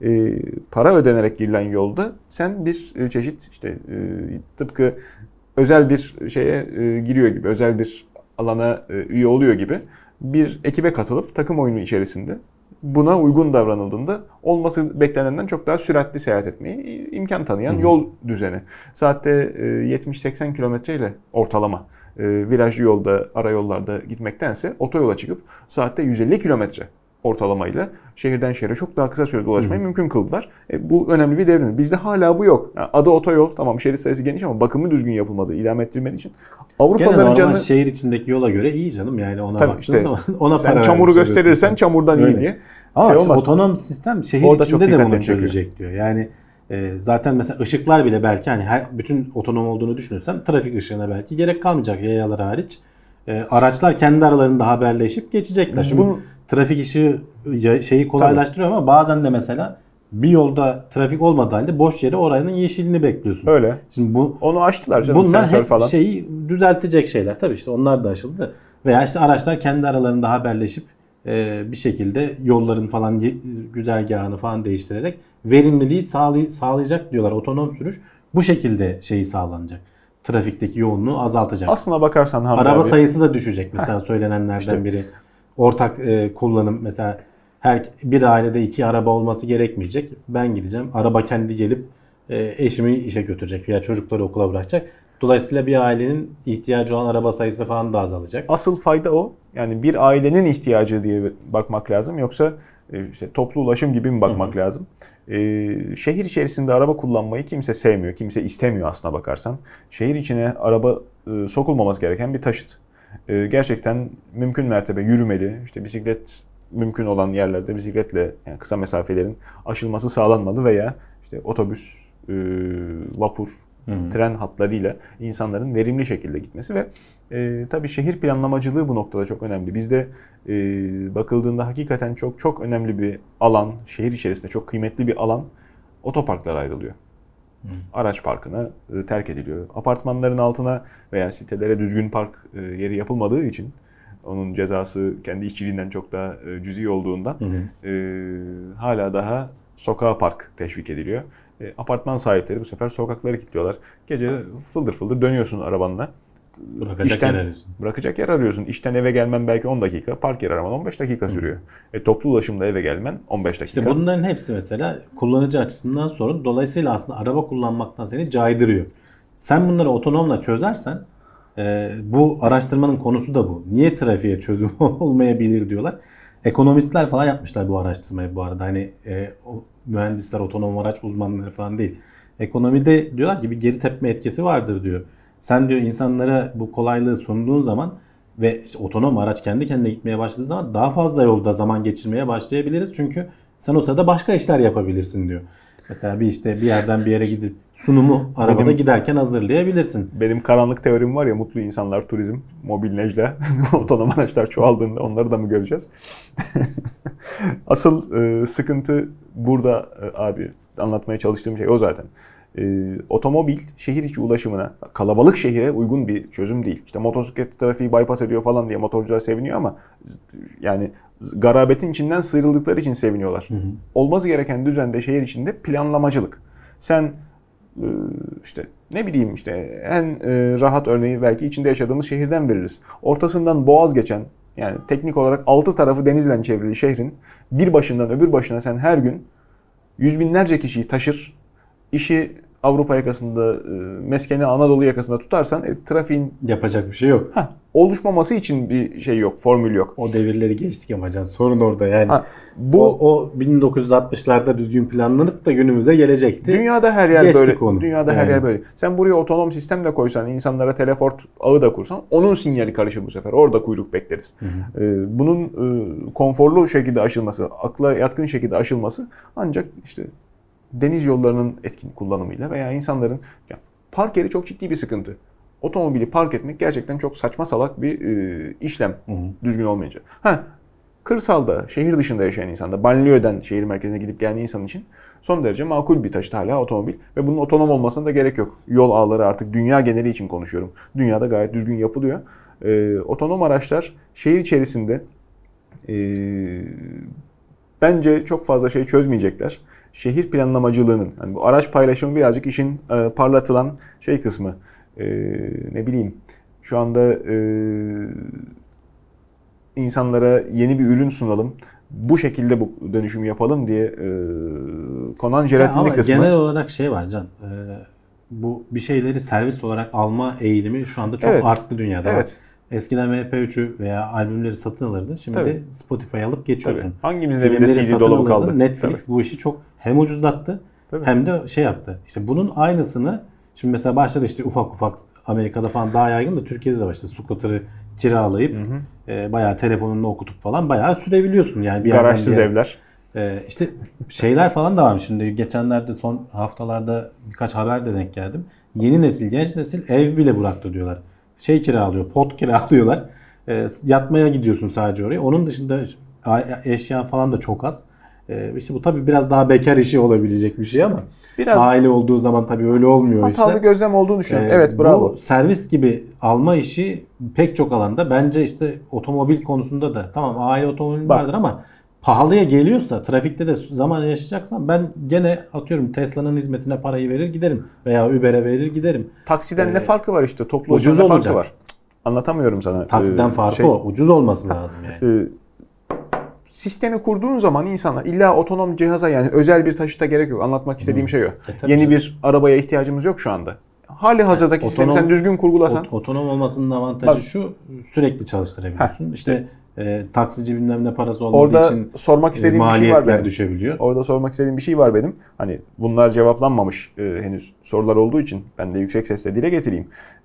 Para ödenerek girilen yolda sen bir çeşit işte tıpkı özel bir şeye giriyor gibi, özel bir alana üye oluyor gibi bir ekibe katılıp takım oyunu içerisinde buna uygun davranıldığında olması beklenenden çok daha süratli seyahat etmeyi imkan tanıyan yol düzeni. Saatte 70-80 kilometre ile ortalama virajlı yolda, arayollarda gitmektense otoyola çıkıp saatte 150 kilometre ortalamayla şehirden şehre çok daha kısa sürede ulaşmayı mümkün kıldılar. Bu önemli bir devrim. Bizde hala bu yok. Yani adı otoyol, tamam şerit sayısı geniş ama bakımı düzgün yapılmadığı, idame ettirilmediği için Gene Avrupalıların normal canı şehir içindeki yola göre iyi canım yani ona tabii baktığın işte zaman ona sen para çamuru vermiş gösterirsen oluyorsun. çamurdan iyi Öyle. diye Ama şey işte olmaz. otonom sistem şehir Orada çok içinde de bunu dikkatleri çekiyor. çözecek diyor. Yani zaten mesela ışıklar bile belki hani bütün otonom olduğunu düşünürsen trafik ışığına belki gerek kalmayacak yayalar hariç. Araçlar kendi aralarında haberleşip geçecekler. Şimdi trafik ışığı şeyi kolaylaştırıyor ama bazen de mesela bir yolda trafik olmadığı halde boş yere oranın yeşilini bekliyorsun. Öyle. Şimdi Onu aştılar canım, bunlar sensör hep falan. şeyi düzeltecek şeyler. Tabii işte onlar da aşıldı. Veya işte araçlar kendi aralarında haberleşip bir şekilde yolların falan güzergahını falan değiştirerek verimliliği sağlayacak diyorlar. Otonom sürüş bu şekilde şeyi sağlanacak. Trafikteki yoğunluğu azaltacak. Aslına bakarsan Hamdi Araba abi, sayısı da düşecek mesela söylenenlerden İşte. biri. Ortak kullanım mesela bir ailede 2 araba olması gerekmeyecek. Ben gideceğim. Araba kendi gelip eşimi işe götürecek veya çocukları okula bırakacak. Dolayısıyla bir ailenin ihtiyacı olan araba sayısı falan da azalacak. Asıl fayda o. Yani bir ailenin ihtiyacı diye bakmak lazım. Yoksa işte toplu ulaşım gibi mi bakmak lazım? Şehir içerisinde araba kullanmayı kimse sevmiyor. Kimse istemiyor aslına bakarsan. Şehir içine araba sokulmaması gereken bir taşıt. Gerçekten mümkün mertebe yürümeli. İşte bisiklet mümkün olan yerlerde bisikletle yani kısa mesafelerin aşılması sağlanmalı veya işte otobüs, vapur, tren hatlarıyla insanların verimli şekilde gitmesi ve tabii şehir planlamacılığı bu noktada çok önemli. Bizde bakıldığında hakikaten çok çok önemli bir alan, şehir içerisinde çok kıymetli bir alan otoparklara ayrılıyor. Araç parkına terk ediliyor. Apartmanların altına veya sitelere düzgün park yeri yapılmadığı için onun cezası kendi işçiliğinden çok daha cüzi olduğundan hala daha sokağa park teşvik ediliyor. Apartman sahipleri bu sefer sokakları kilitliyorlar. Gece fıldır fıldır dönüyorsun arabanla. Bırakacak yer arıyorsun. İşten eve gelmen belki 10 dakika, park yeri araman 15 dakika sürüyor. Toplu ulaşımda eve gelmen 15 dakika. İşte bunların hepsi mesela kullanıcı açısından sorun. Dolayısıyla aslında araba kullanmaktan seni caydırıyor. Sen bunları otonomla çözersen bu araştırmanın konusu da bu. Niye trafiğe çözüm olmayabilir diyorlar. Ekonomistler falan yapmışlar bu araştırmayı bu arada. Hani o mühendisler, otonom araç uzmanları falan değil. Ekonomide diyorlar ki bir geri tepme etkisi vardır diyor. Sen diyor insanlara bu kolaylığı sunduğun zaman ve işte otonom araç kendi kendine gitmeye başladığı zaman daha fazla yolda zaman geçirmeye başlayabiliriz. Çünkü sen o sırada başka işler yapabilirsin diyor. Mesela bir yerden bir yere gidip sunumu arabada giderken hazırlayabilirsin. Benim karanlık teorim var ya, mutlu insanlar, turizm, mobil Necla, otonom araçlar çoğaldığında onları da mı göreceğiz? Asıl sıkıntı burada abi, anlatmaya çalıştığım şey o zaten. Otomobil şehir içi ulaşımına, kalabalık şehire uygun bir çözüm değil. İşte motosiklet trafiği bypass ediyor falan diye motorcular seviniyor ama yani garabetin içinden sıyrıldıkları için seviniyorlar. Olması gereken düzende şehir içinde planlamacılık. Sen işte ne bileyim işte en rahat örneği belki içinde yaşadığımız şehirden veririz. Ortasından boğaz geçen, yani teknik olarak 6 tarafı denizle çevrili şehrin bir başından öbür başına sen her gün yüz binlerce kişiyi taşır, işi Avrupa yakasında, meskeni Anadolu yakasında tutarsan trafiğin yapacak bir şey yok. Oluşmaması için bir şey yok, formül yok. O devirleri geçtik ama can, sorun orada yani. O 1960'larda düzgün planlanıp da günümüze gelecekti. Dünyada her yer geçtik böyle. Onu. Dünyada her yer böyle. Sen buraya otonom sistem de koysan, insanlara teleport ağı da kursan, onun sinyali karışır bu sefer. Orada kuyruk bekleriz. Bunun konforlu şekilde aşılması, akla yatkın şekilde aşılması ancak işte deniz yollarının etkin kullanımıyla veya insanların, ya park yeri çok ciddi bir sıkıntı. Otomobili park etmek gerçekten çok saçma salak bir işlem düzgün olmayınca. Kırsalda, şehir dışında yaşayan insanda, banliyöden şehir merkezine gidip gelen insan için son derece makul bir taşıt hala otomobil. Ve bunun otonom olmasına da gerek yok. Yol ağları, artık dünya geneli için konuşuyorum, dünyada gayet düzgün yapılıyor. Otonom araçlar şehir içerisinde bence çok fazla şey çözmeyecekler. Şehir planlamacılığının, hani bu araç paylaşımı birazcık işin parlatılan şey kısmı. Ne bileyim, şu anda insanlara yeni bir ürün sunalım, bu şekilde bu dönüşümü yapalım diye konan jelatinli kısmı. Genel olarak şey var Can, bu bir şeyleri servis olarak alma eğilimi şu anda çok arttı dünyada. Evet. Eskiden MP3'ü veya albümleri satın alırdın. Şimdi Spotify alıp geçiyorsun. Tabii. Hangimizin evinde CD dolabı kaldı? Netflix bu işi çok hem ucuzlattı hem de şey yaptı. İşte bunun aynısını şimdi mesela başladı işte ufak ufak, Amerika'da falan daha yaygın da Türkiye'de de başladı. Scooter'ı kiralayıp bayağı telefonunu okutup falan bayağı sürebiliyorsun. Yani bir garajsız evler. İşte şeyler falan da varmış. Şimdi geçenlerde, son haftalarda birkaç haber de denk geldim. Yeni nesil, genç nesil ev bile bıraktı diyorlar. Kiralıyor, pot kiralıyorlar. Yatmaya gidiyorsun sadece oraya. Onun dışında eşya falan da çok az. İşte bu tabii biraz daha bekar işi olabilecek bir şey ama biraz aile olduğu zaman tabii öyle olmuyor işte. Hatalı gözlem olduğunu düşünüyorum. Evet, bravo. Bu servis gibi alma işi pek çok alanda, bence işte otomobil konusunda da tamam, aile otomobili vardır ama pahalıya geliyorsa, trafikte de zaman yaşayacaksan, ben gene atıyorum Tesla'nın hizmetine parayı verir giderim veya Uber'e verir giderim. Taksiden ne farkı var işte? Toplu ucuz ne olacak. Farkı var? Anlatamıyorum sana. Taksiden farkı o. Ucuz olması lazım yani. Sistemi kurduğun zaman insana illa otonom cihaza, yani özel bir taşıta gerek yok. Anlatmak istediğim şey o. Yeni bir arabaya ihtiyacımız yok şu anda. hali hazırdaki sistemi sen düzgün kurgulasan. Otonom olmasının avantajı Bak, şu, sürekli çalıştırabiliyorsun. İşte taksici bilmem ne parası olmadığı orada için sormak istediğim bir şey var benim. düşebiliyor. Orada sormak istediğim bir şey var benim. Hani bunlar cevaplanmamış henüz sorular olduğu için ben de yüksek sesle dile getireyim.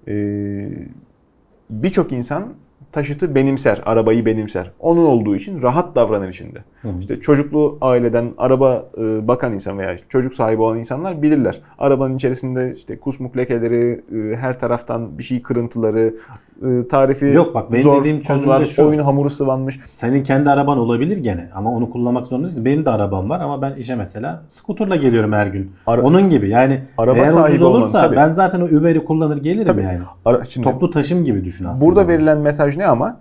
Birçok insan taşıtı benimser, arabayı benimser. Onun olduğu için rahat davranır içinde. İşte çocuklu aileden araba bakan insan veya çocuk sahibi olan insanlar bilirler. Arabanın içerisinde işte kusmuk lekeleri, her taraftan bir şey kırıntıları, tarifi Yok bak, benim zor dediğim çözüm konular, de şu. oyun hamuru sıvanmış. Senin kendi araban olabilir gene ama onu kullanmak zorunda değilsin. Benim de arabam var ama ben işe mesela skuterla geliyorum her gün. Onun gibi yani, Araba eğer sahibi ucuz olman, olursa tabii. ben zaten o Uber'i kullanır gelirim Tabii. yani. Şimdi Toplu taşım gibi düşün aslında. burada verilen mesaj ne ama?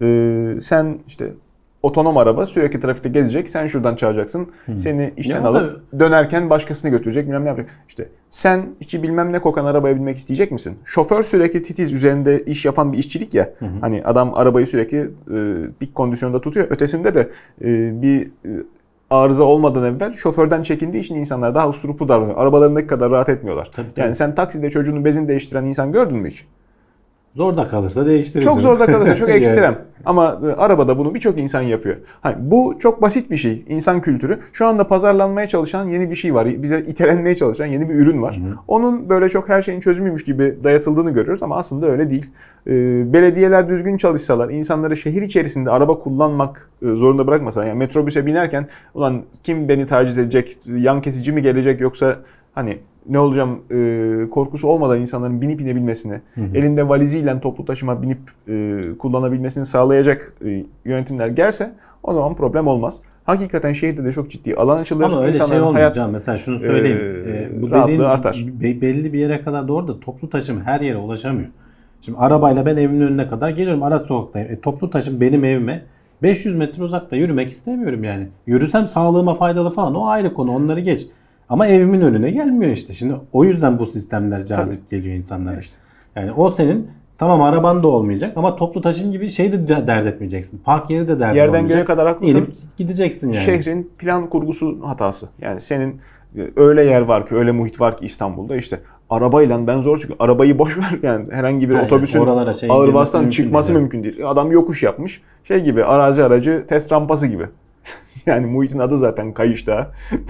Sen işte otonom araba sürekli trafikte gezecek. Sen şuradan çağıracaksın. Seni işten Ya alıp dönerken başkasını götürecek. Bilmem ne yapacak. İşte sen içi bilmem ne kokan arabaya binmek isteyecek misin? Şoför sürekli titiz üzerinde iş yapan bir işçilik ya. Hani adam arabayı sürekli pik kondisyonda tutuyor. Ötesinde de bir arıza olmadan evvel şoförden çekindiği için insanlar daha usturuplu davranıyor. Arabalarındaki kadar rahat etmiyorlar. Tabii. Yani sen takside çocuğunun bezini değiştiren insan gördün mü hiç? Zorda kalırsa değiştiririz. Çok zorda kalırsa çok ekstrem. Ama arabada bunu birçok insan yapıyor. Hani bu çok basit bir şey. İnsan kültürü. Şu anda pazarlanmaya çalışan yeni bir şey var. Bize itelenmeye çalışan yeni bir ürün var. Onun böyle çok her şeyin çözümüymüş gibi dayatıldığını görüyoruz ama aslında öyle değil. Belediyeler düzgün çalışsalar, insanları şehir içerisinde araba kullanmak zorunda bırakmasalar. Yani metrobüse binerken ulan kim beni taciz edecek, yan kesici mi gelecek yoksa hani ne olacağım korkusu olmadan insanların binip inebilmesini, elinde valiziyle toplu taşıma binip kullanabilmesini sağlayacak yönetimler gelse o zaman problem olmaz. Hakikaten şehirde de çok ciddi alan açılır. Ama öyle İnsanların şey hayat olmayacak. Mesela şunu söyleyeyim. Bu dediğin artar. Belli bir yere kadar doğru da toplu taşım her yere ulaşamıyor. Şimdi arabayla ben evimin önüne kadar geliyorum. Araç sokaktayım. Toplu taşım benim evime 500 metre uzakta, yürümek istemiyorum yani. Yürüsem sağlığıma faydalı falan, o ayrı konu, onları geç. Ama evimin önüne gelmiyor işte. Şimdi o yüzden bu sistemler cazip geliyor insanlara. İşte. Yani o senin tamam araban da olmayacak ama toplu taşım gibi şey de dert etmeyeceksin. Park yeri de dert olmayacak. Yerden göğe kadar haklısın. İnip gideceksin yani. Şehrin plan kurgusu hatası. Yani senin öyle yer var ki, öyle muhit var ki İstanbul'da işte arabayla ben zor çünkü arabayı boş ver yani herhangi bir otobüsün ağır bastan çıkması mümkün değil. Adam yokuş yapmış. Şey gibi, arazi aracı test rampası gibi. Yani muhitin adı zaten Kayış Dağı.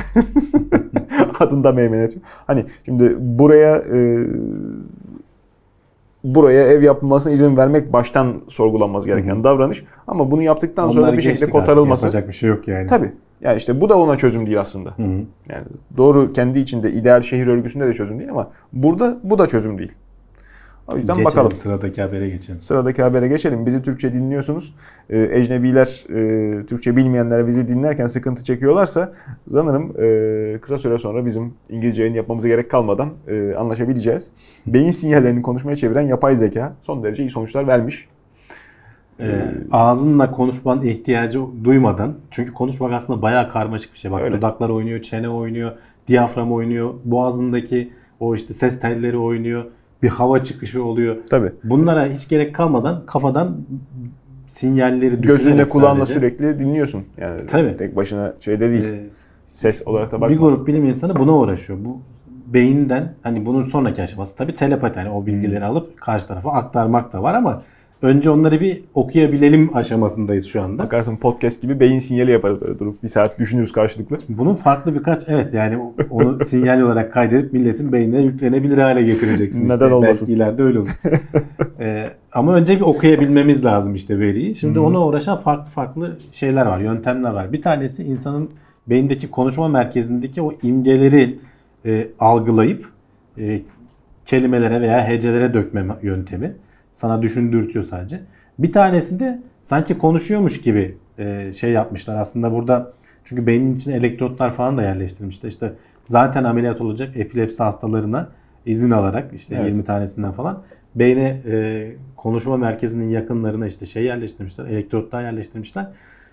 Adında meymenet. Hani şimdi buraya ev yapılmasına izin vermek baştan sorgulanması gereken davranış. Ama bunu yaptıktan sonra bir şekilde kotarılması. Yapacak bir şey yok yani. Tabii. Yani işte bu da ona çözüm değil aslında. Yani doğru, kendi içinde ideal şehir örgüsünde de çözüm değil ama burada bu da çözüm değil. O yüzden bakalım. Sıradaki habere geçelim. Sıradaki habere geçelim. Bizi Türkçe dinliyorsunuz. Ecnebiler, Türkçe bilmeyenler bizi dinlerken sıkıntı çekiyorlarsa sanırım kısa süre sonra bizim İngilizce yayın yapmamıza gerek kalmadan anlaşabileceğiz. Beyin sinyallerini konuşmaya çeviren yapay zeka son derece iyi sonuçlar vermiş. Ağzınla konuşmanın ihtiyacı duymadan, çünkü konuşmak aslında bayağı karmaşık bir şey. Bak, öyle. Dudaklar oynuyor, çene oynuyor, diyafram oynuyor, boğazındaki o işte ses telleri oynuyor, bir hava çıkışı oluyor. Tabii. Bunlara hiç gerek kalmadan kafadan sinyalleri düşünerek gözünle kulağınla sadece, sürekli dinliyorsun. Yani tabii, tek başına şeyde değil. Ses olarak da bakma. Bir grup bilim insanı buna uğraşıyor. Bu beyinden, hani bunun sonraki aşaması tabii telepati. Yani o bilgileri alıp karşı tarafa aktarmak da var ama önce onları bir okuyabilelim aşamasındayız şu anda. Bakarsın podcast gibi beyin sinyali yaparız böyle durup bir saat düşünürüz karşılıklı. Bunun farklı birkaç, evet yani onu sinyal olarak kaydedip milletin beynine yüklenebilir hale getireceksin. Neden işte. olmasın? Belki ileride öyle olur. Ama önce bir okuyabilmemiz lazım işte veriyi. Şimdi ona uğraşan farklı şeyler var, yöntemler var. Bir tanesi insanın beyindeki konuşma merkezindeki o imgeleri algılayıp kelimelere veya hecelere dökme yöntemi. Sana düşündürtüyor sadece. Bir tanesi de sanki konuşuyormuş gibi şey yapmışlar aslında burada. Çünkü beynin içine elektrotlar falan da yerleştirmişler. İşte zaten ameliyat olacak epilepsi hastalarına izin alarak işte 20 tanesinden falan beyne konuşma merkezinin yakınlarına işte şey yerleştirmişler. Elektrotlar yerleştirmişler.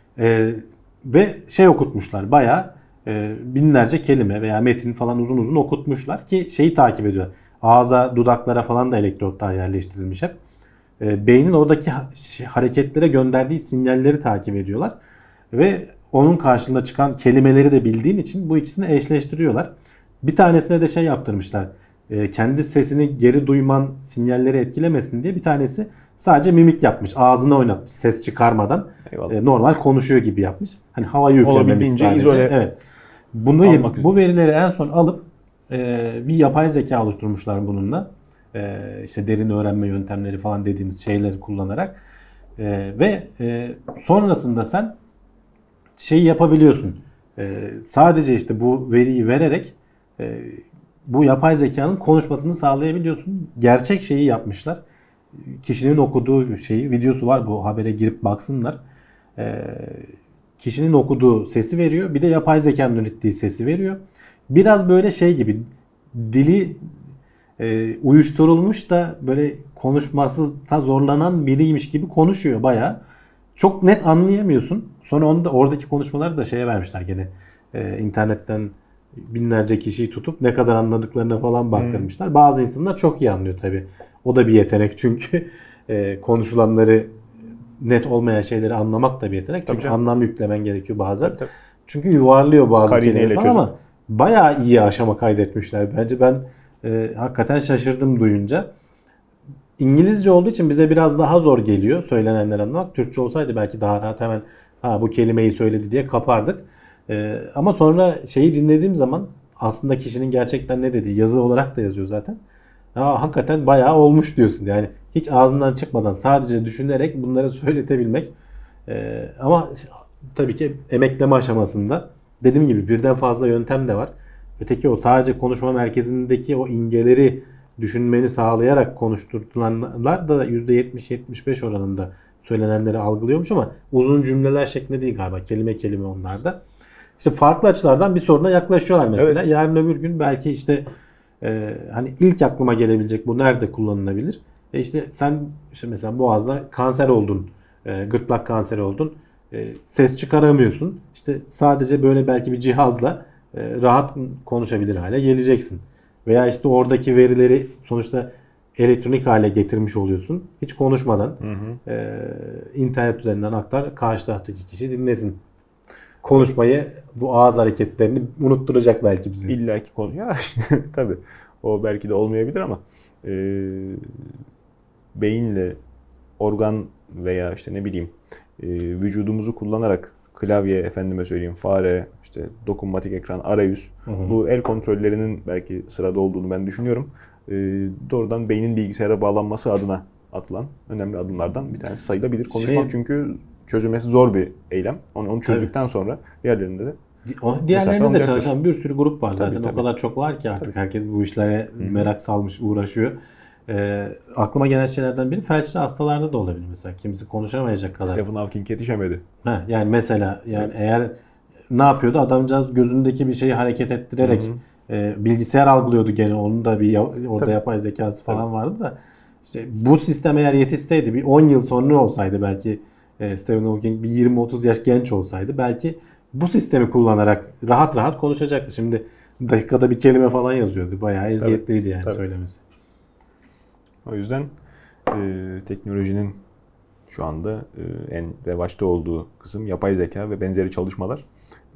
Ve şey okutmuşlar. Bayağı binlerce kelime veya metin falan uzun uzun okutmuşlar ki şeyi takip ediyor. Ağza, dudaklara falan da elektrotlar yerleştirilmiş hep. Beynin oradaki hareketlere gönderdiği sinyalleri takip ediyorlar. Ve onun karşılığında çıkan kelimeleri de bildiğin için bu ikisini eşleştiriyorlar. Bir tanesine de şey yaptırmışlar. kendi sesini geri duyman sinyalleri etkilemesin diye bir tanesi sadece mimik yapmış. Ağzını oynatmış ses çıkarmadan. Normal konuşuyor gibi yapmış. Hani havayı üflememiş Olabildiğince sadece. izole Evet. Bu verileri en son alıp bir yapay zeka oluşturmuşlar bununla. İşte derin öğrenme yöntemleri falan dediğimiz şeyleri kullanarak. Ve sonrasında sen şeyi yapabiliyorsun. Sadece işte bu veriyi vererek bu yapay zekanın konuşmasını sağlayabiliyorsun. Gerçek şeyi yapmışlar. Kişinin okuduğu şeyi, videosu var, bu habere girip baksınlar. Kişinin okuduğu sesi veriyor. Bir de yapay zekanın ürettiği sesi veriyor. Biraz böyle şey gibi, dili uyuşturulmuş da böyle konuşmasızda zorlanan biriymiş gibi konuşuyor bayağı. Çok net anlayamıyorsun. Sonra oradaki konuşmaları da şeye vermişler gene. İnternetten binlerce kişiyi tutup ne kadar anladıklarına falan baktırmışlar. Bazı insanlar çok iyi anlıyor tabii. O da bir yetenek çünkü konuşulanları, net olmayan şeyleri anlamak da bir yetenek. Çünkü anlam yüklemen gerekiyor bazen. Tabii. Çünkü yuvarlıyor bazı kelimeleri falan ama bayağı iyi aşama kaydetmişler. Bence ben hakikaten şaşırdım duyunca. İngilizce olduğu için bize biraz daha zor geliyor söylenenleri anlamak. Türkçe olsaydı belki daha rahat hemen bu kelimeyi söyledi diye kapardık. Ama sonra şeyi dinlediğim zaman aslında kişinin gerçekten ne dediği yazı olarak da yazıyor zaten. Hakikaten bayağı olmuş diyorsun. Yani hiç ağzından çıkmadan sadece düşünerek bunları söyletebilmek. Ama tabii ki emekleme aşamasında dediğim gibi birden fazla yöntem de var. Öteki o sadece konuşma merkezindeki o imgeleri düşünmeni sağlayarak konuşturulanlar da %70-75 oranında söylenenleri algılıyormuş ama uzun cümleler şeklinde değil galiba. Kelime kelime onlarda. İşte farklı açılardan bir soruna yaklaşıyorlar mesela. Evet. Yarın öbür gün belki işte hani ilk aklıma gelebilecek bu nerede kullanılabilir? İşte sen işte mesela boğazda kanser oldun, gırtlak kanseri oldun, ses çıkaramıyorsun. İşte sadece böyle belki bir cihazla rahat konuşabilir hale geleceksin. Veya işte oradaki verileri sonuçta elektronik hale getirmiş oluyorsun. Hiç konuşmadan internet üzerinden aktar, karşı taraftaki kişi dinlesin. Konuşmayı, bu ağız hareketlerini unutturacak belki bizi. İlla ki konu. Ya tabii o belki de olmayabilir ama beyinle organ veya işte ne bileyim vücudumuzu kullanarak klavye, efendime söyleyeyim fare, işte dokunmatik ekran, arayüz, bu el kontrollerinin belki sırada olduğunu ben düşünüyorum. Doğrudan beynin bilgisayara bağlanması adına atılan önemli adımlardan bir tanesi sayılabilir. Konuşmak çünkü çözülmesi zor bir eylem. Onu çözdükten sonra diğerlerinde de diğerlerinde de çalışan bir sürü grup var zaten. Tabii. O kadar çok var ki artık herkes bu işlere merak salmış, uğraşıyor. Aklıma gelen şeylerden biri felçli hastalarda da olabilir mesela. Kimisi konuşamayacak kadar. Stephen Hawking yetişemedi. Yani mesela eğer ne yapıyordu? Adamcağız gözündeki bir şeyi hareket ettirerek bilgisayar algılıyordu gene. Onun da bir orada yapay zekası falan vardı da. İşte bu sistem eğer yetişseydi bir 10 yıl sonra olsaydı belki Stephen Hawking bir 20-30 yaş genç olsaydı belki bu sistemi kullanarak rahat rahat konuşacaktı. Şimdi dakikada bir kelime falan yazıyordu. Bayağı eziyetliydi yani söylemesi. O yüzden teknolojinin şu anda en revaçta olduğu kısım yapay zeka ve benzeri çalışmalar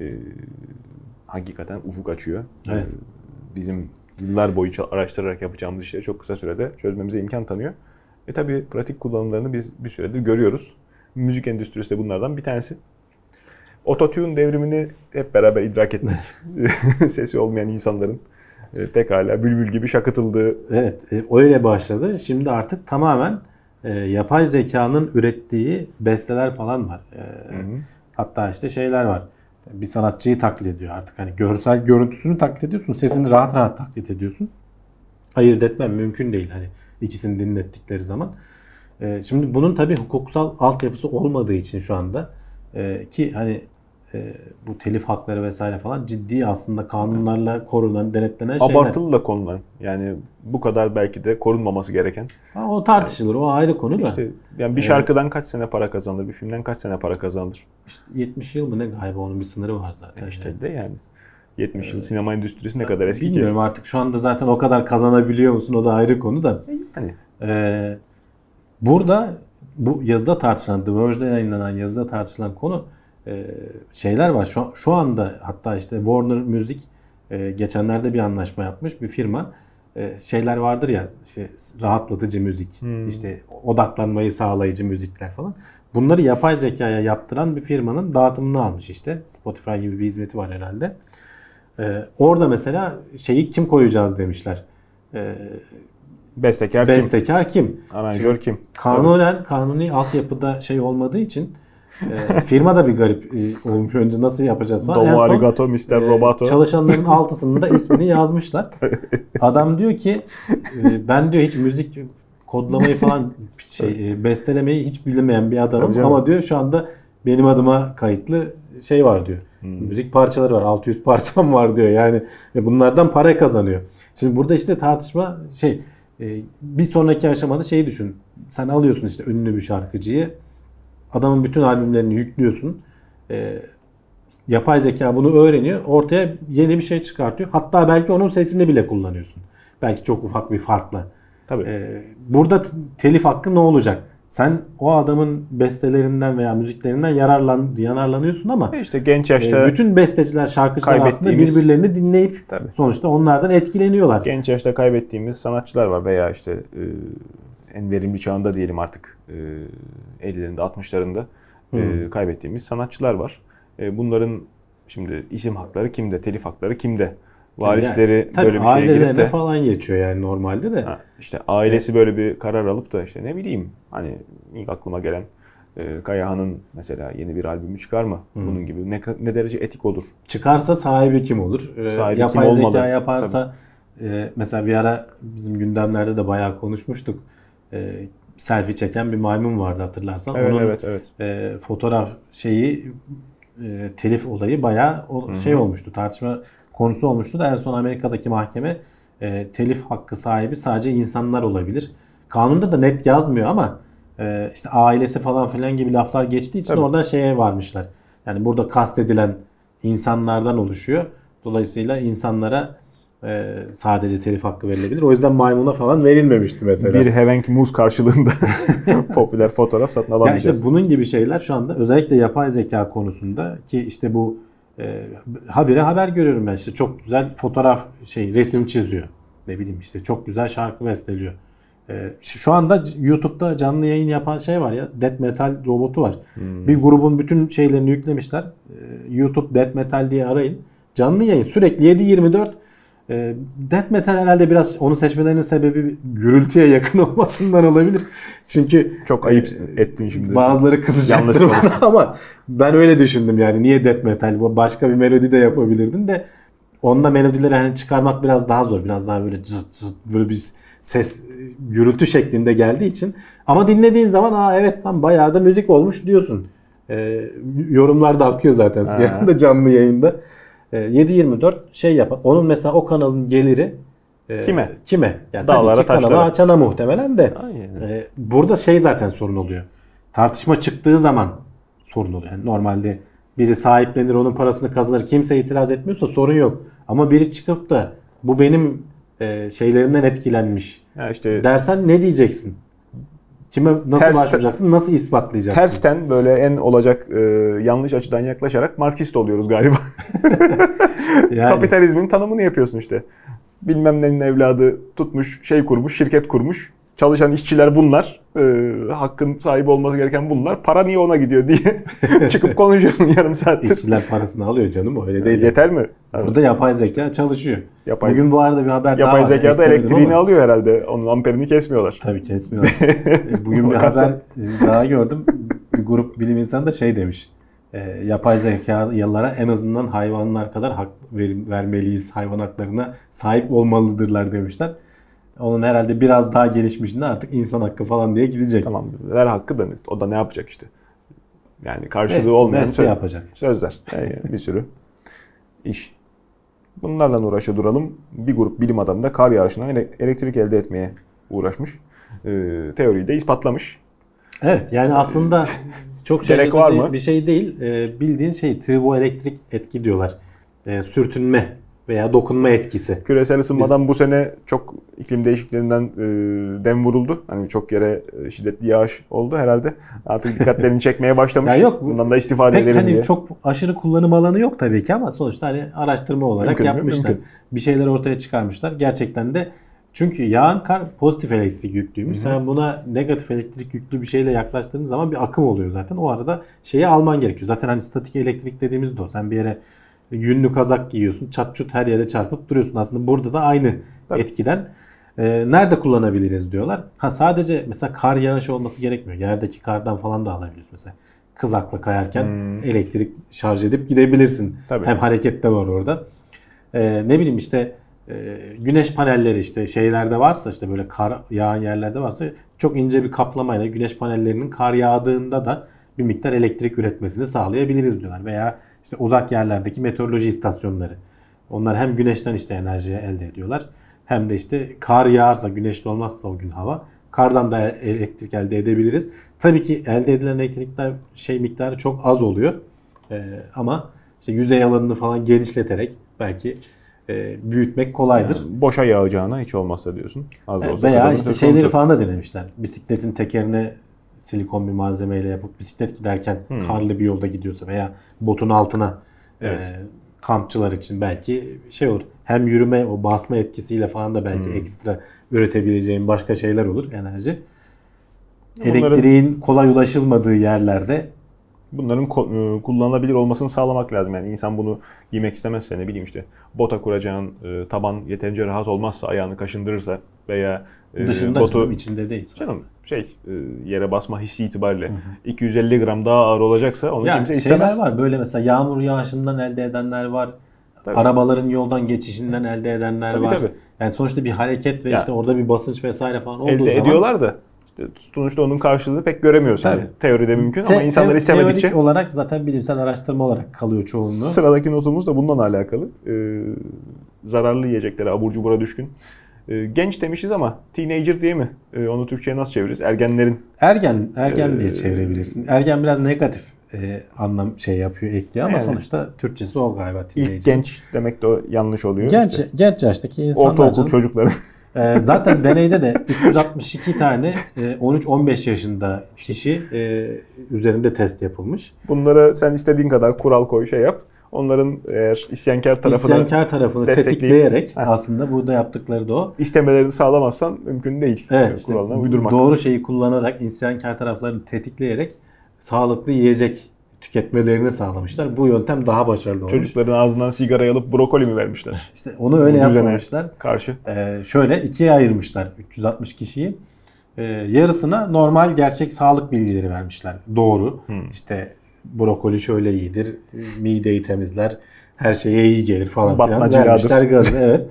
hakikaten ufuk açıyor. Evet. Bizim yıllar boyu araştırarak yapacağımız işleri çok kısa sürede çözmemize imkan tanıyor. Tabii pratik kullanımlarını biz bir süredir görüyoruz. Müzik endüstrisi de bunlardan bir tanesi. Ototune devrimini hep beraber idrak ettik. Sesi olmayan insanların pekala bülbül gibi şakıtıldığı. Evet, öyle başladı. Şimdi artık tamamen yapay zekanın ürettiği besteler falan var. Hatta işte şeyler var. Bir sanatçıyı taklit ediyor artık. Hani görsel görüntüsünü taklit ediyorsun, sesini rahat rahat taklit ediyorsun. Ayırt etmem mümkün değil hani ikisini dinlettikleri zaman. Şimdi bunun tabii hukuksal altyapısı olmadığı için şu anda ki hani bu telif hakları vesaire falan ciddi aslında kanunlarla korunan, denetlenen şeyler. Abartılı da konular. Yani bu kadar belki de korunmaması gereken. O tartışılır. O ayrı konu da. İşte yani bir şarkıdan kaç sene para kazanır, bir filmden kaç sene para kazanır? İşte 70 yıl mı ne galiba onun bir sınırı var zaten. İşte de yani 70 yıl sinema endüstrisi ne kadar eski ki? Bilmiyorum artık şu anda zaten o kadar kazanabiliyor musun o da ayrı konu da. Hani burada bu yazıda tartışılan, The Verge'de yayınlanan yazıda tartışılan konu şeyler var. Şu anda hatta işte Warner Music geçenlerde bir anlaşma yapmış bir firma. şeyler vardır ya, işte rahatlatıcı müzik, işte odaklanmayı sağlayıcı müzikler falan. Bunları yapay zekaya yaptıran bir firmanın dağıtımını almış işte. Spotify gibi bir hizmeti var herhalde. Orada mesela şeyi kim koyacağız demişler. Bestekar kim? Aranjör kim? Kanuni altyapıda şey olmadığı için firma da bir garip olmuş. Önce nasıl yapacağız falan. Domo arigato, Mr. Roboto. Çalışanların altısının da ismini yazmışlar. Adam diyor ki ben diyor hiç müzik kodlamayı falan bestelemeyi hiç bilmeyen bir adamım ama diyor şu anda benim adıma kayıtlı şey var diyor. Müzik parçaları var. 600 parçam var diyor. Yani bunlardan para kazanıyor. Şimdi burada işte tartışma bir sonraki aşamada şeyi düşün. Sen alıyorsun işte ünlü bir şarkıcıyı. Adamın bütün albümlerini yüklüyorsun. Yapay zeka bunu öğreniyor. Ortaya yeni bir şey çıkartıyor. Hatta belki onun sesini bile kullanıyorsun. Belki çok ufak bir farkla. Tabii. Burada telif hakkı ne olacak? Sen o adamın bestelerinden veya müziklerinden yararlanıyorsun ama işte genç yaşta bütün besteciler, şarkıcılar aslında birbirlerini dinleyip sonuçta onlardan etkileniyorlar. Genç yaşta kaybettiğimiz sanatçılar var veya işte en verimli çağında diyelim artık 50'lerinde 60'larında kaybettiğimiz sanatçılar var. Bunların şimdi isim hakları kimde, telif hakları kimde? Varisleri yani, böyle bir şeye girip de falan geçiyor yani normalde de. İşte ailesi böyle bir karar alıp da işte ne bileyim hani ilk aklıma gelen Kayahan'ın mesela yeni bir albümü çıkar mı? Bunun gibi ne derece etik olur? Çıkarsa sahibi kim olur? Sahibi yapay kim olmalı? zeka yaparsa mesela bir ara bizim gündemlerde de bayağı konuşmuştuk. Selfie çeken bir maymun vardı hatırlarsan. Evet, onun fotoğraf telif olayı bayağı olmuştu. Tartışma konusu olmuştu da en son Amerika'daki mahkeme telif hakkı sahibi sadece insanlar olabilir. Kanunda da net yazmıyor ama işte ailesi falan filan gibi laflar geçtiği için oradan şeye varmışlar. Yani burada kastedilen insanlardan oluşuyor. Dolayısıyla insanlara sadece telif hakkı verilebilir. O yüzden maymuna falan verilmemişti mesela. Bir hevenk muz karşılığında popüler fotoğraf satın alamayacağız. Ya işte bunun gibi şeyler şu anda özellikle yapay zeka konusunda ki işte bu habire haber görüyorum ben işte çok güzel fotoğraf resim çiziyor. Ne bileyim işte çok güzel şarkı besteliyor. Şu anda YouTube'da canlı yayın yapan şey var ya, Death Metal robotu var. Bir grubun bütün şeylerini yüklemişler. YouTube Death Metal diye arayın. Canlı yayın sürekli 7/24. Death Metal herhalde biraz onu seçmelerinin sebebi gürültüye yakın olmasından olabilir. Çünkü çok ayıp ettin şimdi. Bazıları kızacaktır bana ama ben öyle düşündüm yani. Niye Death Metal? Başka bir melodi de yapabilirdin de onda melodileri hani çıkarmak biraz daha zor. Biraz daha böyle cırt cırt böyle bir ses gürültü şeklinde geldiği için. Ama dinlediğin zaman evet lan bayağı da müzik olmuş diyorsun. Yorumlar da akıyor zaten da canlı yayında. 7/24 yapan. Onun mesela o kanalın geliri kime? Yani dağlara, tabii ki kanalı açana muhtemelen de. Burada zaten sorun oluyor. Tartışma çıktığı zaman sorun oluyor. Yani normalde biri sahiplenir, onun parasını kazanır. Kimse itiraz etmiyorsa sorun yok. Ama biri çıkıp da bu benim şeylerimden etkilenmiş dersen ne diyeceksin? Kime nasıl başvuracaksın? Nasıl ispatlayacaksın? Tersten böyle en olacak yanlış açıdan yaklaşarak Marksist oluyoruz galiba. Yani. Kapitalizmin tanımını yapıyorsun işte. Bilmem nenin evladı tutmuş, kurmuş, şirket kurmuş. Çalışan işçiler bunlar. Hakkın sahibi olması gereken bunlar. Para niye ona gidiyor diye çıkıp konuşuyorsun yarım saattir. İşçiler parasını alıyor canım, öyle değil. Yeter mi? Burada yapay zeka çalışıyor. Bugün bu arada bir haber daha var. Yapay zeka da elektriğini alıyor herhalde. Onun amperini kesmiyorlar. Tabii kesmiyorlar. Bugün bir haber daha gördüm. Bir grup bilim insanı da demiş. Yapay zekalara en azından hayvanlar kadar hak vermeliyiz. Hayvan haklarına sahip olmalıdırlar demişler. Onun herhalde biraz daha gelişmişinde artık insan hakkı falan diye gidecek. Tamam, ver hakkı da o da ne yapacak işte. Yani karşılığı olmayan sözler. Yani bir sürü iş. Bunlarla uğraşa duralım. Bir grup bilim adamı da kar yağışından elektrik elde etmeye uğraşmış. Teoriyi de ispatlamış. Evet, yani aslında çok şaşırtıcı bir şey değil. Bildiğin triboelektrik etki diyorlar. Sürtünme veya dokunma etkisi. Küresel ısınmadan bu sene çok iklim değişikliğinden dem vuruldu. Hani çok yere şiddetli yağış oldu herhalde. Artık dikkatlerini çekmeye başlamış. Bundan da istifade edelim diye. Çok aşırı kullanım alanı yok tabii ki ama sonuçta araştırma olarak yapmışlar. Mümkün. Bir şeyler ortaya çıkarmışlar. Gerçekten de Çünkü yağan kar pozitif elektrik yüklüymüş. Sen buna negatif elektrik yüklü bir şeyle yaklaştığın zaman bir akım oluyor zaten. O arada şeyi alman gerekiyor. Zaten hani statik elektrik dediğimiz de o. Sen bir yere yünlü kazak giyiyorsun. Çat çut her yere çarpıp duruyorsun. Aslında burada da aynı etkiden. Nerede kullanabiliriz diyorlar. Sadece mesela kar yağışı olması gerekmiyor. Yerdeki kardan falan da alabiliyorsun mesela. Kızakla kayarken elektrik şarj edip gidebilirsin. Tabii. Hem hareket de var orada. Ne bileyim işte güneş panelleri işte şeylerde varsa işte böyle kar yağan yerlerde varsa çok ince bir kaplamayla güneş panellerinin kar yağdığında da bir miktar elektrik üretmesini sağlayabiliriz diyorlar. Veya işte uzak yerlerdeki meteoroloji istasyonları. Onlar hem güneşten işte enerji elde ediyorlar. Hem de işte kar yağarsa, güneşli olmazsa o gün hava, kardan da elektrik elde edebiliriz. Tabii ki elde edilen elektrikler miktarı çok az oluyor. Ama işte yüzey alanını falan genişleterek belki büyütmek kolaydır. Yani boşa yağacağına hiç olmazsa diyorsun. Az da olsa Veya kazanır işte söz şeyleri konusu. falan da denemişler. Bisikletin tekerine silikon bir malzemeyle yapıp bisiklet giderken karlı bir yolda gidiyorsa veya botun altına kampçılar için belki şey olur. Hem yürüme o basma etkisiyle falan da belki ekstra üretebileceğin başka şeyler olur enerji. Elektriğin kolay ulaşılmadığı yerlerde Bunların kullanılabilir olmasını sağlamak lazım. Yani insan bunu giymek istemezse, ne bileyim işte bota kuracağın taban yeterince rahat olmazsa, ayağını kaşındırırsa veya dışında botu içinde değil. canım yere basma hissi itibariyle 250 gram daha ağır olacaksa onu kimse istemez. Şeyler var böyle mesela yağmur yağışından elde edenler var. Tabii. Arabaların yoldan geçişinden elde edenler var. Tabii. Yani sonuçta bir hareket ve işte orada bir basınç vesaire falan olduğu elde zaman ediyorlar da sonuçta onun karşılığını pek göremiyorsun. Tabii. Yani. Teoride mümkün ama insanlar istemedikçe. Teorik olarak zaten bilimsel araştırma olarak kalıyor çoğunluğu. Sıradaki notumuz da bundan alakalı. Zararlı yiyeceklere, abur cubura düşkün. Genç demişiz ama teenager diye mi? Onu Türkçe'ye nasıl çeviririz? Ergenlerin. Ergen diye çevirebilirsin. Ergen biraz negatif anlam ekliyor ama Yani. Sonuçta Türkçesi o galiba. Teenager. İlk genç demek de o yanlış oluyor. Genç yaştaki insanlar. Ortaokul çocukları. Zaten deneyde de 362 tane 13-15 yaşında kişi üzerinde test yapılmış. Bunlara sen istediğin kadar kural koy, şey yap. Onların eğer isyankar tarafını tetikleyerek aslında burada yaptıkları da o. İstemelerini sağlamazsan mümkün değil. Evet, işte uydurmak. Doğru şeyi kullanarak isyankar taraflarını tetikleyerek sağlıklı yiyecek tüketmelerini sağlamışlar. Bu yöntem daha başarılı olmuş. Çocukların ağzından sigara alıp brokoli mi vermişler? İşte onu öyle yapmamışlar. Karşı. Şöyle ikiye ayırmışlar 360 kişiyi. Yarısına normal gerçek sağlık bilgileri vermişler. Doğru. İşte brokoli şöyle iyidir. Mideyi temizler. Her şeye iyi gelir falan filan. Vermişler gazı. Evet.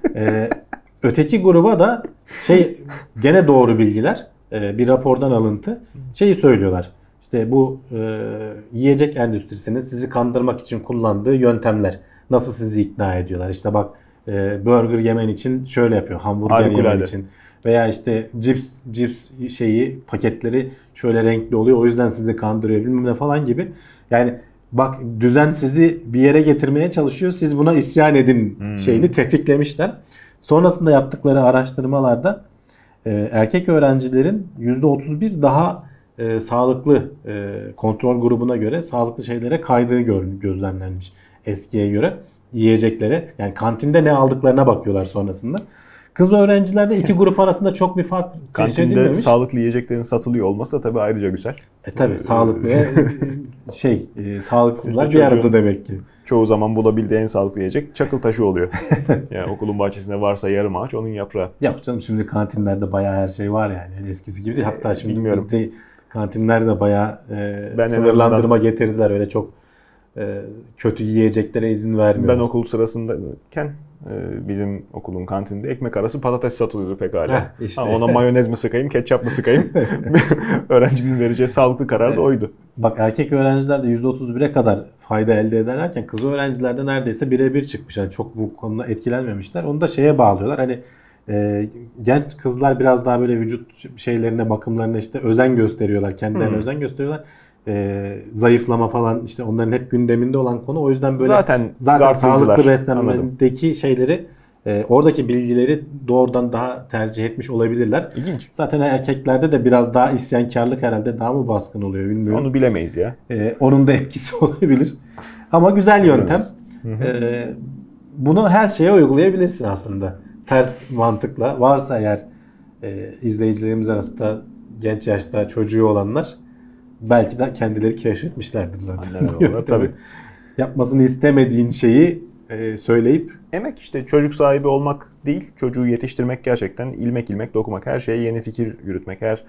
Öteki gruba da gene doğru bilgiler. Bir rapordan alıntı. Söylüyorlar. İşte bu yiyecek endüstrisinin sizi kandırmak için kullandığı yöntemler. Nasıl sizi ikna ediyorlar? İşte bak burger yemen için şöyle yapıyor. Hamburger yemen için. Veya işte cips paketleri şöyle renkli oluyor. O yüzden sizi kandırıyor bilmem ne falan gibi. Yani bak düzen sizi bir yere getirmeye çalışıyor. Siz buna isyan edin şeyini tetiklemişler. Sonrasında yaptıkları araştırmalarda erkek öğrencilerin %31 daha sağlıklı kontrol grubuna göre sağlıklı şeylere kaydığı gözlemlenmiş eskiye göre. Yiyeceklere yani kantinde ne aldıklarına bakıyorlar sonrasında. Kız öğrencilerde iki grup arasında çok bir fark keşfedilmemiş. Kantinde sağlıklı yiyeceklerin satılıyor olması da tabii ayrıca güzel. Tabii sağlıklı sağlıksızlar bir arada demek ki. Çoğu zaman bulabildiği en sağlıklı yiyecek çakıl taşı oluyor. Yani okulun bahçesinde varsa yarım ağaç onun yaprağı. Yok canım şimdi kantinlerde bayağı her şey var yani eskisi gibi değil. Hatta şimdi bizde kantinlerde bayağı sınırlandırma getirdiler. Öyle çok kötü yiyeceklere izin vermiyor. Ben okul sırasındayken bizim okulun kantinde ekmek arası patates satılıyordu pekala. İşte. Ona mayonez mi sıkayım, ketçap mı sıkayım? Öğrencinin vereceği sağlıklı karar da oydu. Bak erkek öğrencilerde %31'e kadar fayda elde ederlerken kız öğrencilerde neredeyse birebir çıkmış. Yani çok bu konuda etkilenmemişler. Onu da bağlıyorlar. Hani genç kızlar biraz daha böyle vücut şeylerine, bakımlarına işte özen gösteriyorlar. Kendilerine özen gösteriyorlar. Zayıflama falan işte onların hep gündeminde olan konu. O yüzden böyle zaten sağlıklı beslenmedeki şeyleri oradaki bilgileri doğrudan daha tercih etmiş olabilirler. İlginç. Zaten erkeklerde de biraz daha isyankarlık herhalde daha mı baskın oluyor bilmiyorum. Onu bilemeyiz ya. Onun da etkisi olabilir. Ama güzel yöntem. Bunu her şeye uygulayabilirsin aslında. ters mantıkla varsa eğer izleyicilerimiz arasında genç yaşta çocuğu olanlar belki de kendileri keşfetmişlerdir zaten. Anneler olur tabii. Yapmasını istemediğin şeyi söyleyip Emek işte çocuk sahibi olmak değil, çocuğu yetiştirmek gerçekten ilmek ilmek dokumak. Her şeye yeni fikir yürütmek, her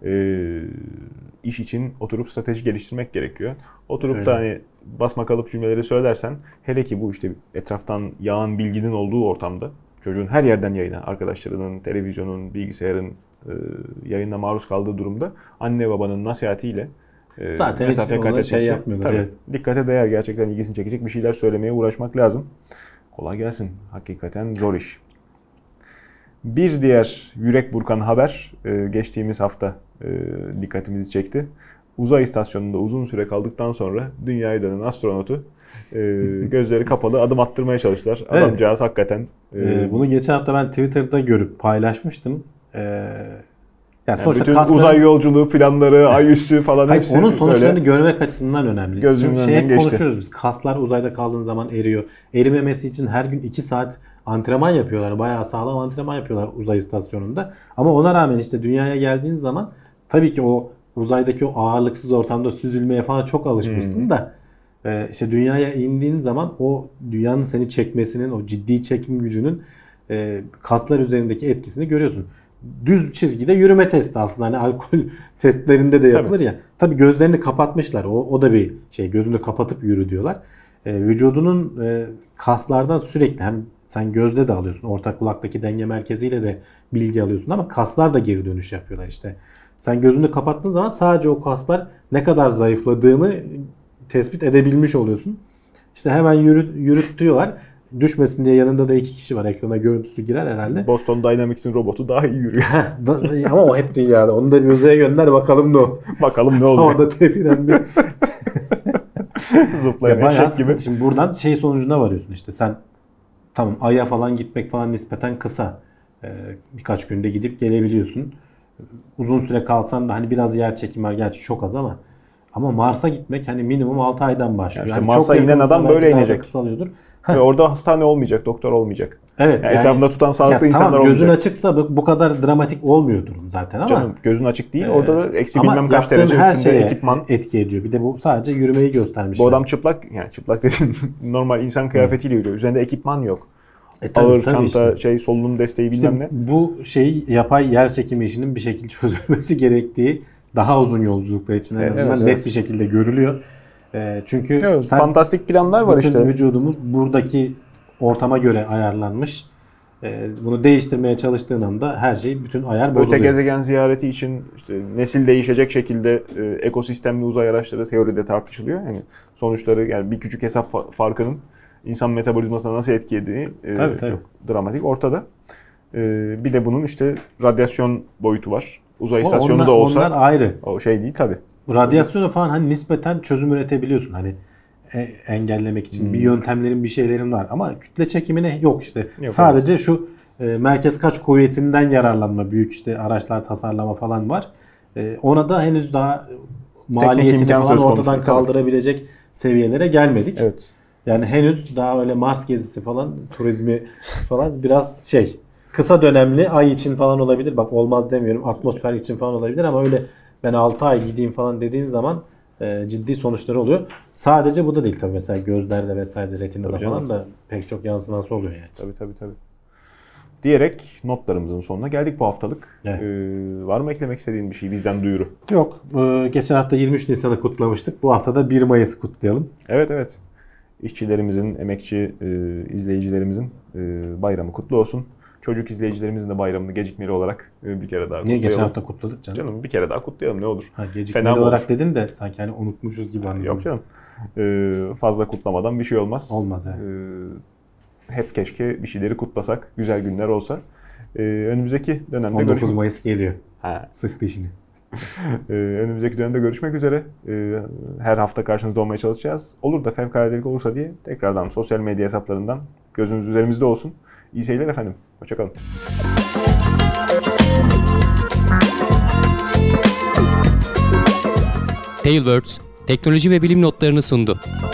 iş için oturup strateji geliştirmek gerekiyor. Oturup Öyle. da hani basma kalıp cümleleri söylersen, hele ki bu işte etraftan yağan bilginin olduğu ortamda, çocuğun her yerden yayına, arkadaşlarının, televizyonun, bilgisayarın yayına maruz kaldığı durumda anne babanın nasihatiyle zaten hiç mesafe kat ona etmesi, yapmıyorlar. tabii, Evet. dikkate değer, gerçekten ilgisini çekecek bir şeyler söylemeye uğraşmak lazım. Kolay gelsin. Hakikaten zor iş. Bir diğer yürek burkan haber geçtiğimiz hafta dikkatimizi çekti. Uzay istasyonunda uzun süre kaldıktan sonra dünyaya dönen astronotu gözleri kapalı adım attırmaya çalıştılar. Evet. Adamcağız hakikaten. Bunu geçen hafta ben Twitter'da görüp paylaşmıştım. Yani sonuçta bütün kasların- uzay yolculuğu planları, ay üssü falan Hayır, hepsi onun sonuçlarını böyle görmek açısından önemli. gözümün Hep önünden geçti. konuşuyoruz biz. Kaslar uzayda kaldığın zaman eriyor. Erimemesi için her gün 2 saat antrenman yapıyorlar. Bayağı sağlam antrenman yapıyorlar uzay istasyonunda. Ama ona rağmen işte dünyaya geldiğin zaman tabii ki o uzaydaki o ağırlıksız ortamda süzülmeye falan çok alışmışsın da işte dünyaya indiğin zaman o dünyanın seni çekmesinin, o ciddi çekim gücünün kaslar üzerindeki etkisini görüyorsun. Düz çizgide yürüme testi aslında, hani alkol testlerinde de yapılır ya. Tabii gözlerini kapatmışlar. O da bir şey. Gözünü kapatıp yürü diyorlar. Vücudunun kaslardan sürekli, hem sen gözle de alıyorsun. Orta kulaktaki denge merkeziyle de bilgi alıyorsun ama kaslar da geri dönüş yapıyorlar işte. Sen gözünü kapattığın zaman sadece o kaslar ne kadar zayıfladığını tespit edebilmiş oluyorsun. İşte hemen yürütüyorlar. Düşmesin diye yanında da 2 kişi var. Ekrana görüntüsü girer herhalde. Boston Dynamics'in robotu daha iyi yürüyor. Ama o hep dünyada. Onu da bir uzaya gönder bakalım ne o. Bakalım ne oluyor. Havada tepiren bir Zıplayan bayağı eşek gibi. sıkıntı. Şimdi buradan şey sonucuna varıyorsun işte. Sen tamam Ay'a falan gitmek falan nispeten kısa. Birkaç günde gidip gelebiliyorsun. Uzun süre kalsan da hani biraz yer çekimi var. Gerçi çok az ama Mars'a gitmek hani minimum 6 aydan başlıyor. Ya işte Yani Mars'a çok inen yakınsa adam belki böyle daha da inecek. kısalıyordur. Ve orada hastane olmayacak, doktor olmayacak. Evet. Yani etrafında tutan sağlıklı ya insanlar tamam, gözün olmayacak. açıksa bu kadar dramatik olmuyor durum zaten ama. Canım gözün açık değil. Orada da eksi Ama bilmem kaç yaptığın derece her üstünde şeye ekipman. etki ediyor. Bir de bu sadece yürümeyi göstermişler. Bu adam çıplak, yani çıplak dediğim normal insan kıyafetiyle yürüyor. Üzerinde ekipman yok. Tabii, Ağır tabii çanta, işte. solunum desteği İşte bilmem ne. bu yapay yer çekimi işinin bir şekilde çözülmesi gerektiği daha uzun yolculuklar için en azından evet, net evet. bir şekilde görülüyor. Çünkü Evet, sen fantastik planlar var bütün işte. vücudumuz buradaki ortama göre ayarlanmış. Bunu değiştirmeye çalıştığın anda her şey, bütün ayar Öte bozuluyor. gezegen ziyareti için işte nesil değişecek şekilde ekosistemli uzay araçları teoride tartışılıyor. Yani sonuçları, yani bir küçük hesap farkının insan metabolizmasına nasıl etki ettiği Tabii. çok dramatik ortada. Bir de bunun işte radyasyon boyutu var. Uzay istasyonu da olsa onlar ayrı. o şey değil tabii. Radyasyona falan hani nispeten çözüm üretebiliyorsun. Hani engellemek için bir yöntemlerin, bir şeylerin var ama kütle çekimine yok işte. Yok, Sadece şu merkez kaç kuvvetinden yararlanma, büyük işte araçlar tasarlama falan var. Ona da henüz daha maliyetini imkan falan söz konusu, ortadan tabii. kaldırabilecek seviyelere gelmedik. Evet. Yani henüz daha öyle Mars gezisi falan, turizmi falan biraz kısa dönemli, ay için falan olabilir. Bak olmaz demiyorum. Atmosfer için falan olabilir ama öyle ben 6 ay gideyim falan dediğin zaman ciddi sonuçları oluyor. Sadece bu da değil tabii. Mesela gözlerde vesaire, retinada Tabii falan canım. da pek çok yansıması oluyor yani. Tabii. Diyerek notlarımızın sonuna geldik bu haftalık. Evet. Var mı eklemek istediğin bir şey, bizden duyuru? Yok. Geçen hafta 23 Nisan'ı kutlamıştık. Bu hafta da 1 Mayıs'ı kutlayalım. Evet. İşçilerimizin, emekçi izleyicilerimizin bayramı kutlu olsun. Çocuk izleyicilerimizin de bayramını gecikmeli olarak bir kere daha Niye kutlayalım. geçen hafta kutladık canım? Canım bir kere daha kutlayalım, ne olur. Gecikmeli Fena mı olarak olur? dedin de sanki hani unutmuşuz gibi anladım. Yok canım. Fazla kutlamadan bir şey olmaz. Olmaz yani. Hep keşke bir şeyleri kutlasak, güzel günler olsa. Önümüzdeki dönemde 19 Mayıs geliyor. Ha. Sık dişini. Önümüzdeki dönemde görüşmek üzere. Her hafta karşınızda olmaya çalışacağız. Olur da fevkaladelik olursa diye tekrardan sosyal medya hesaplarından gözünüz üzerimizde olsun. İyi seyirler efendim. Hoşçakalın. Tailwords, teknoloji ve bilim notlarını sundu.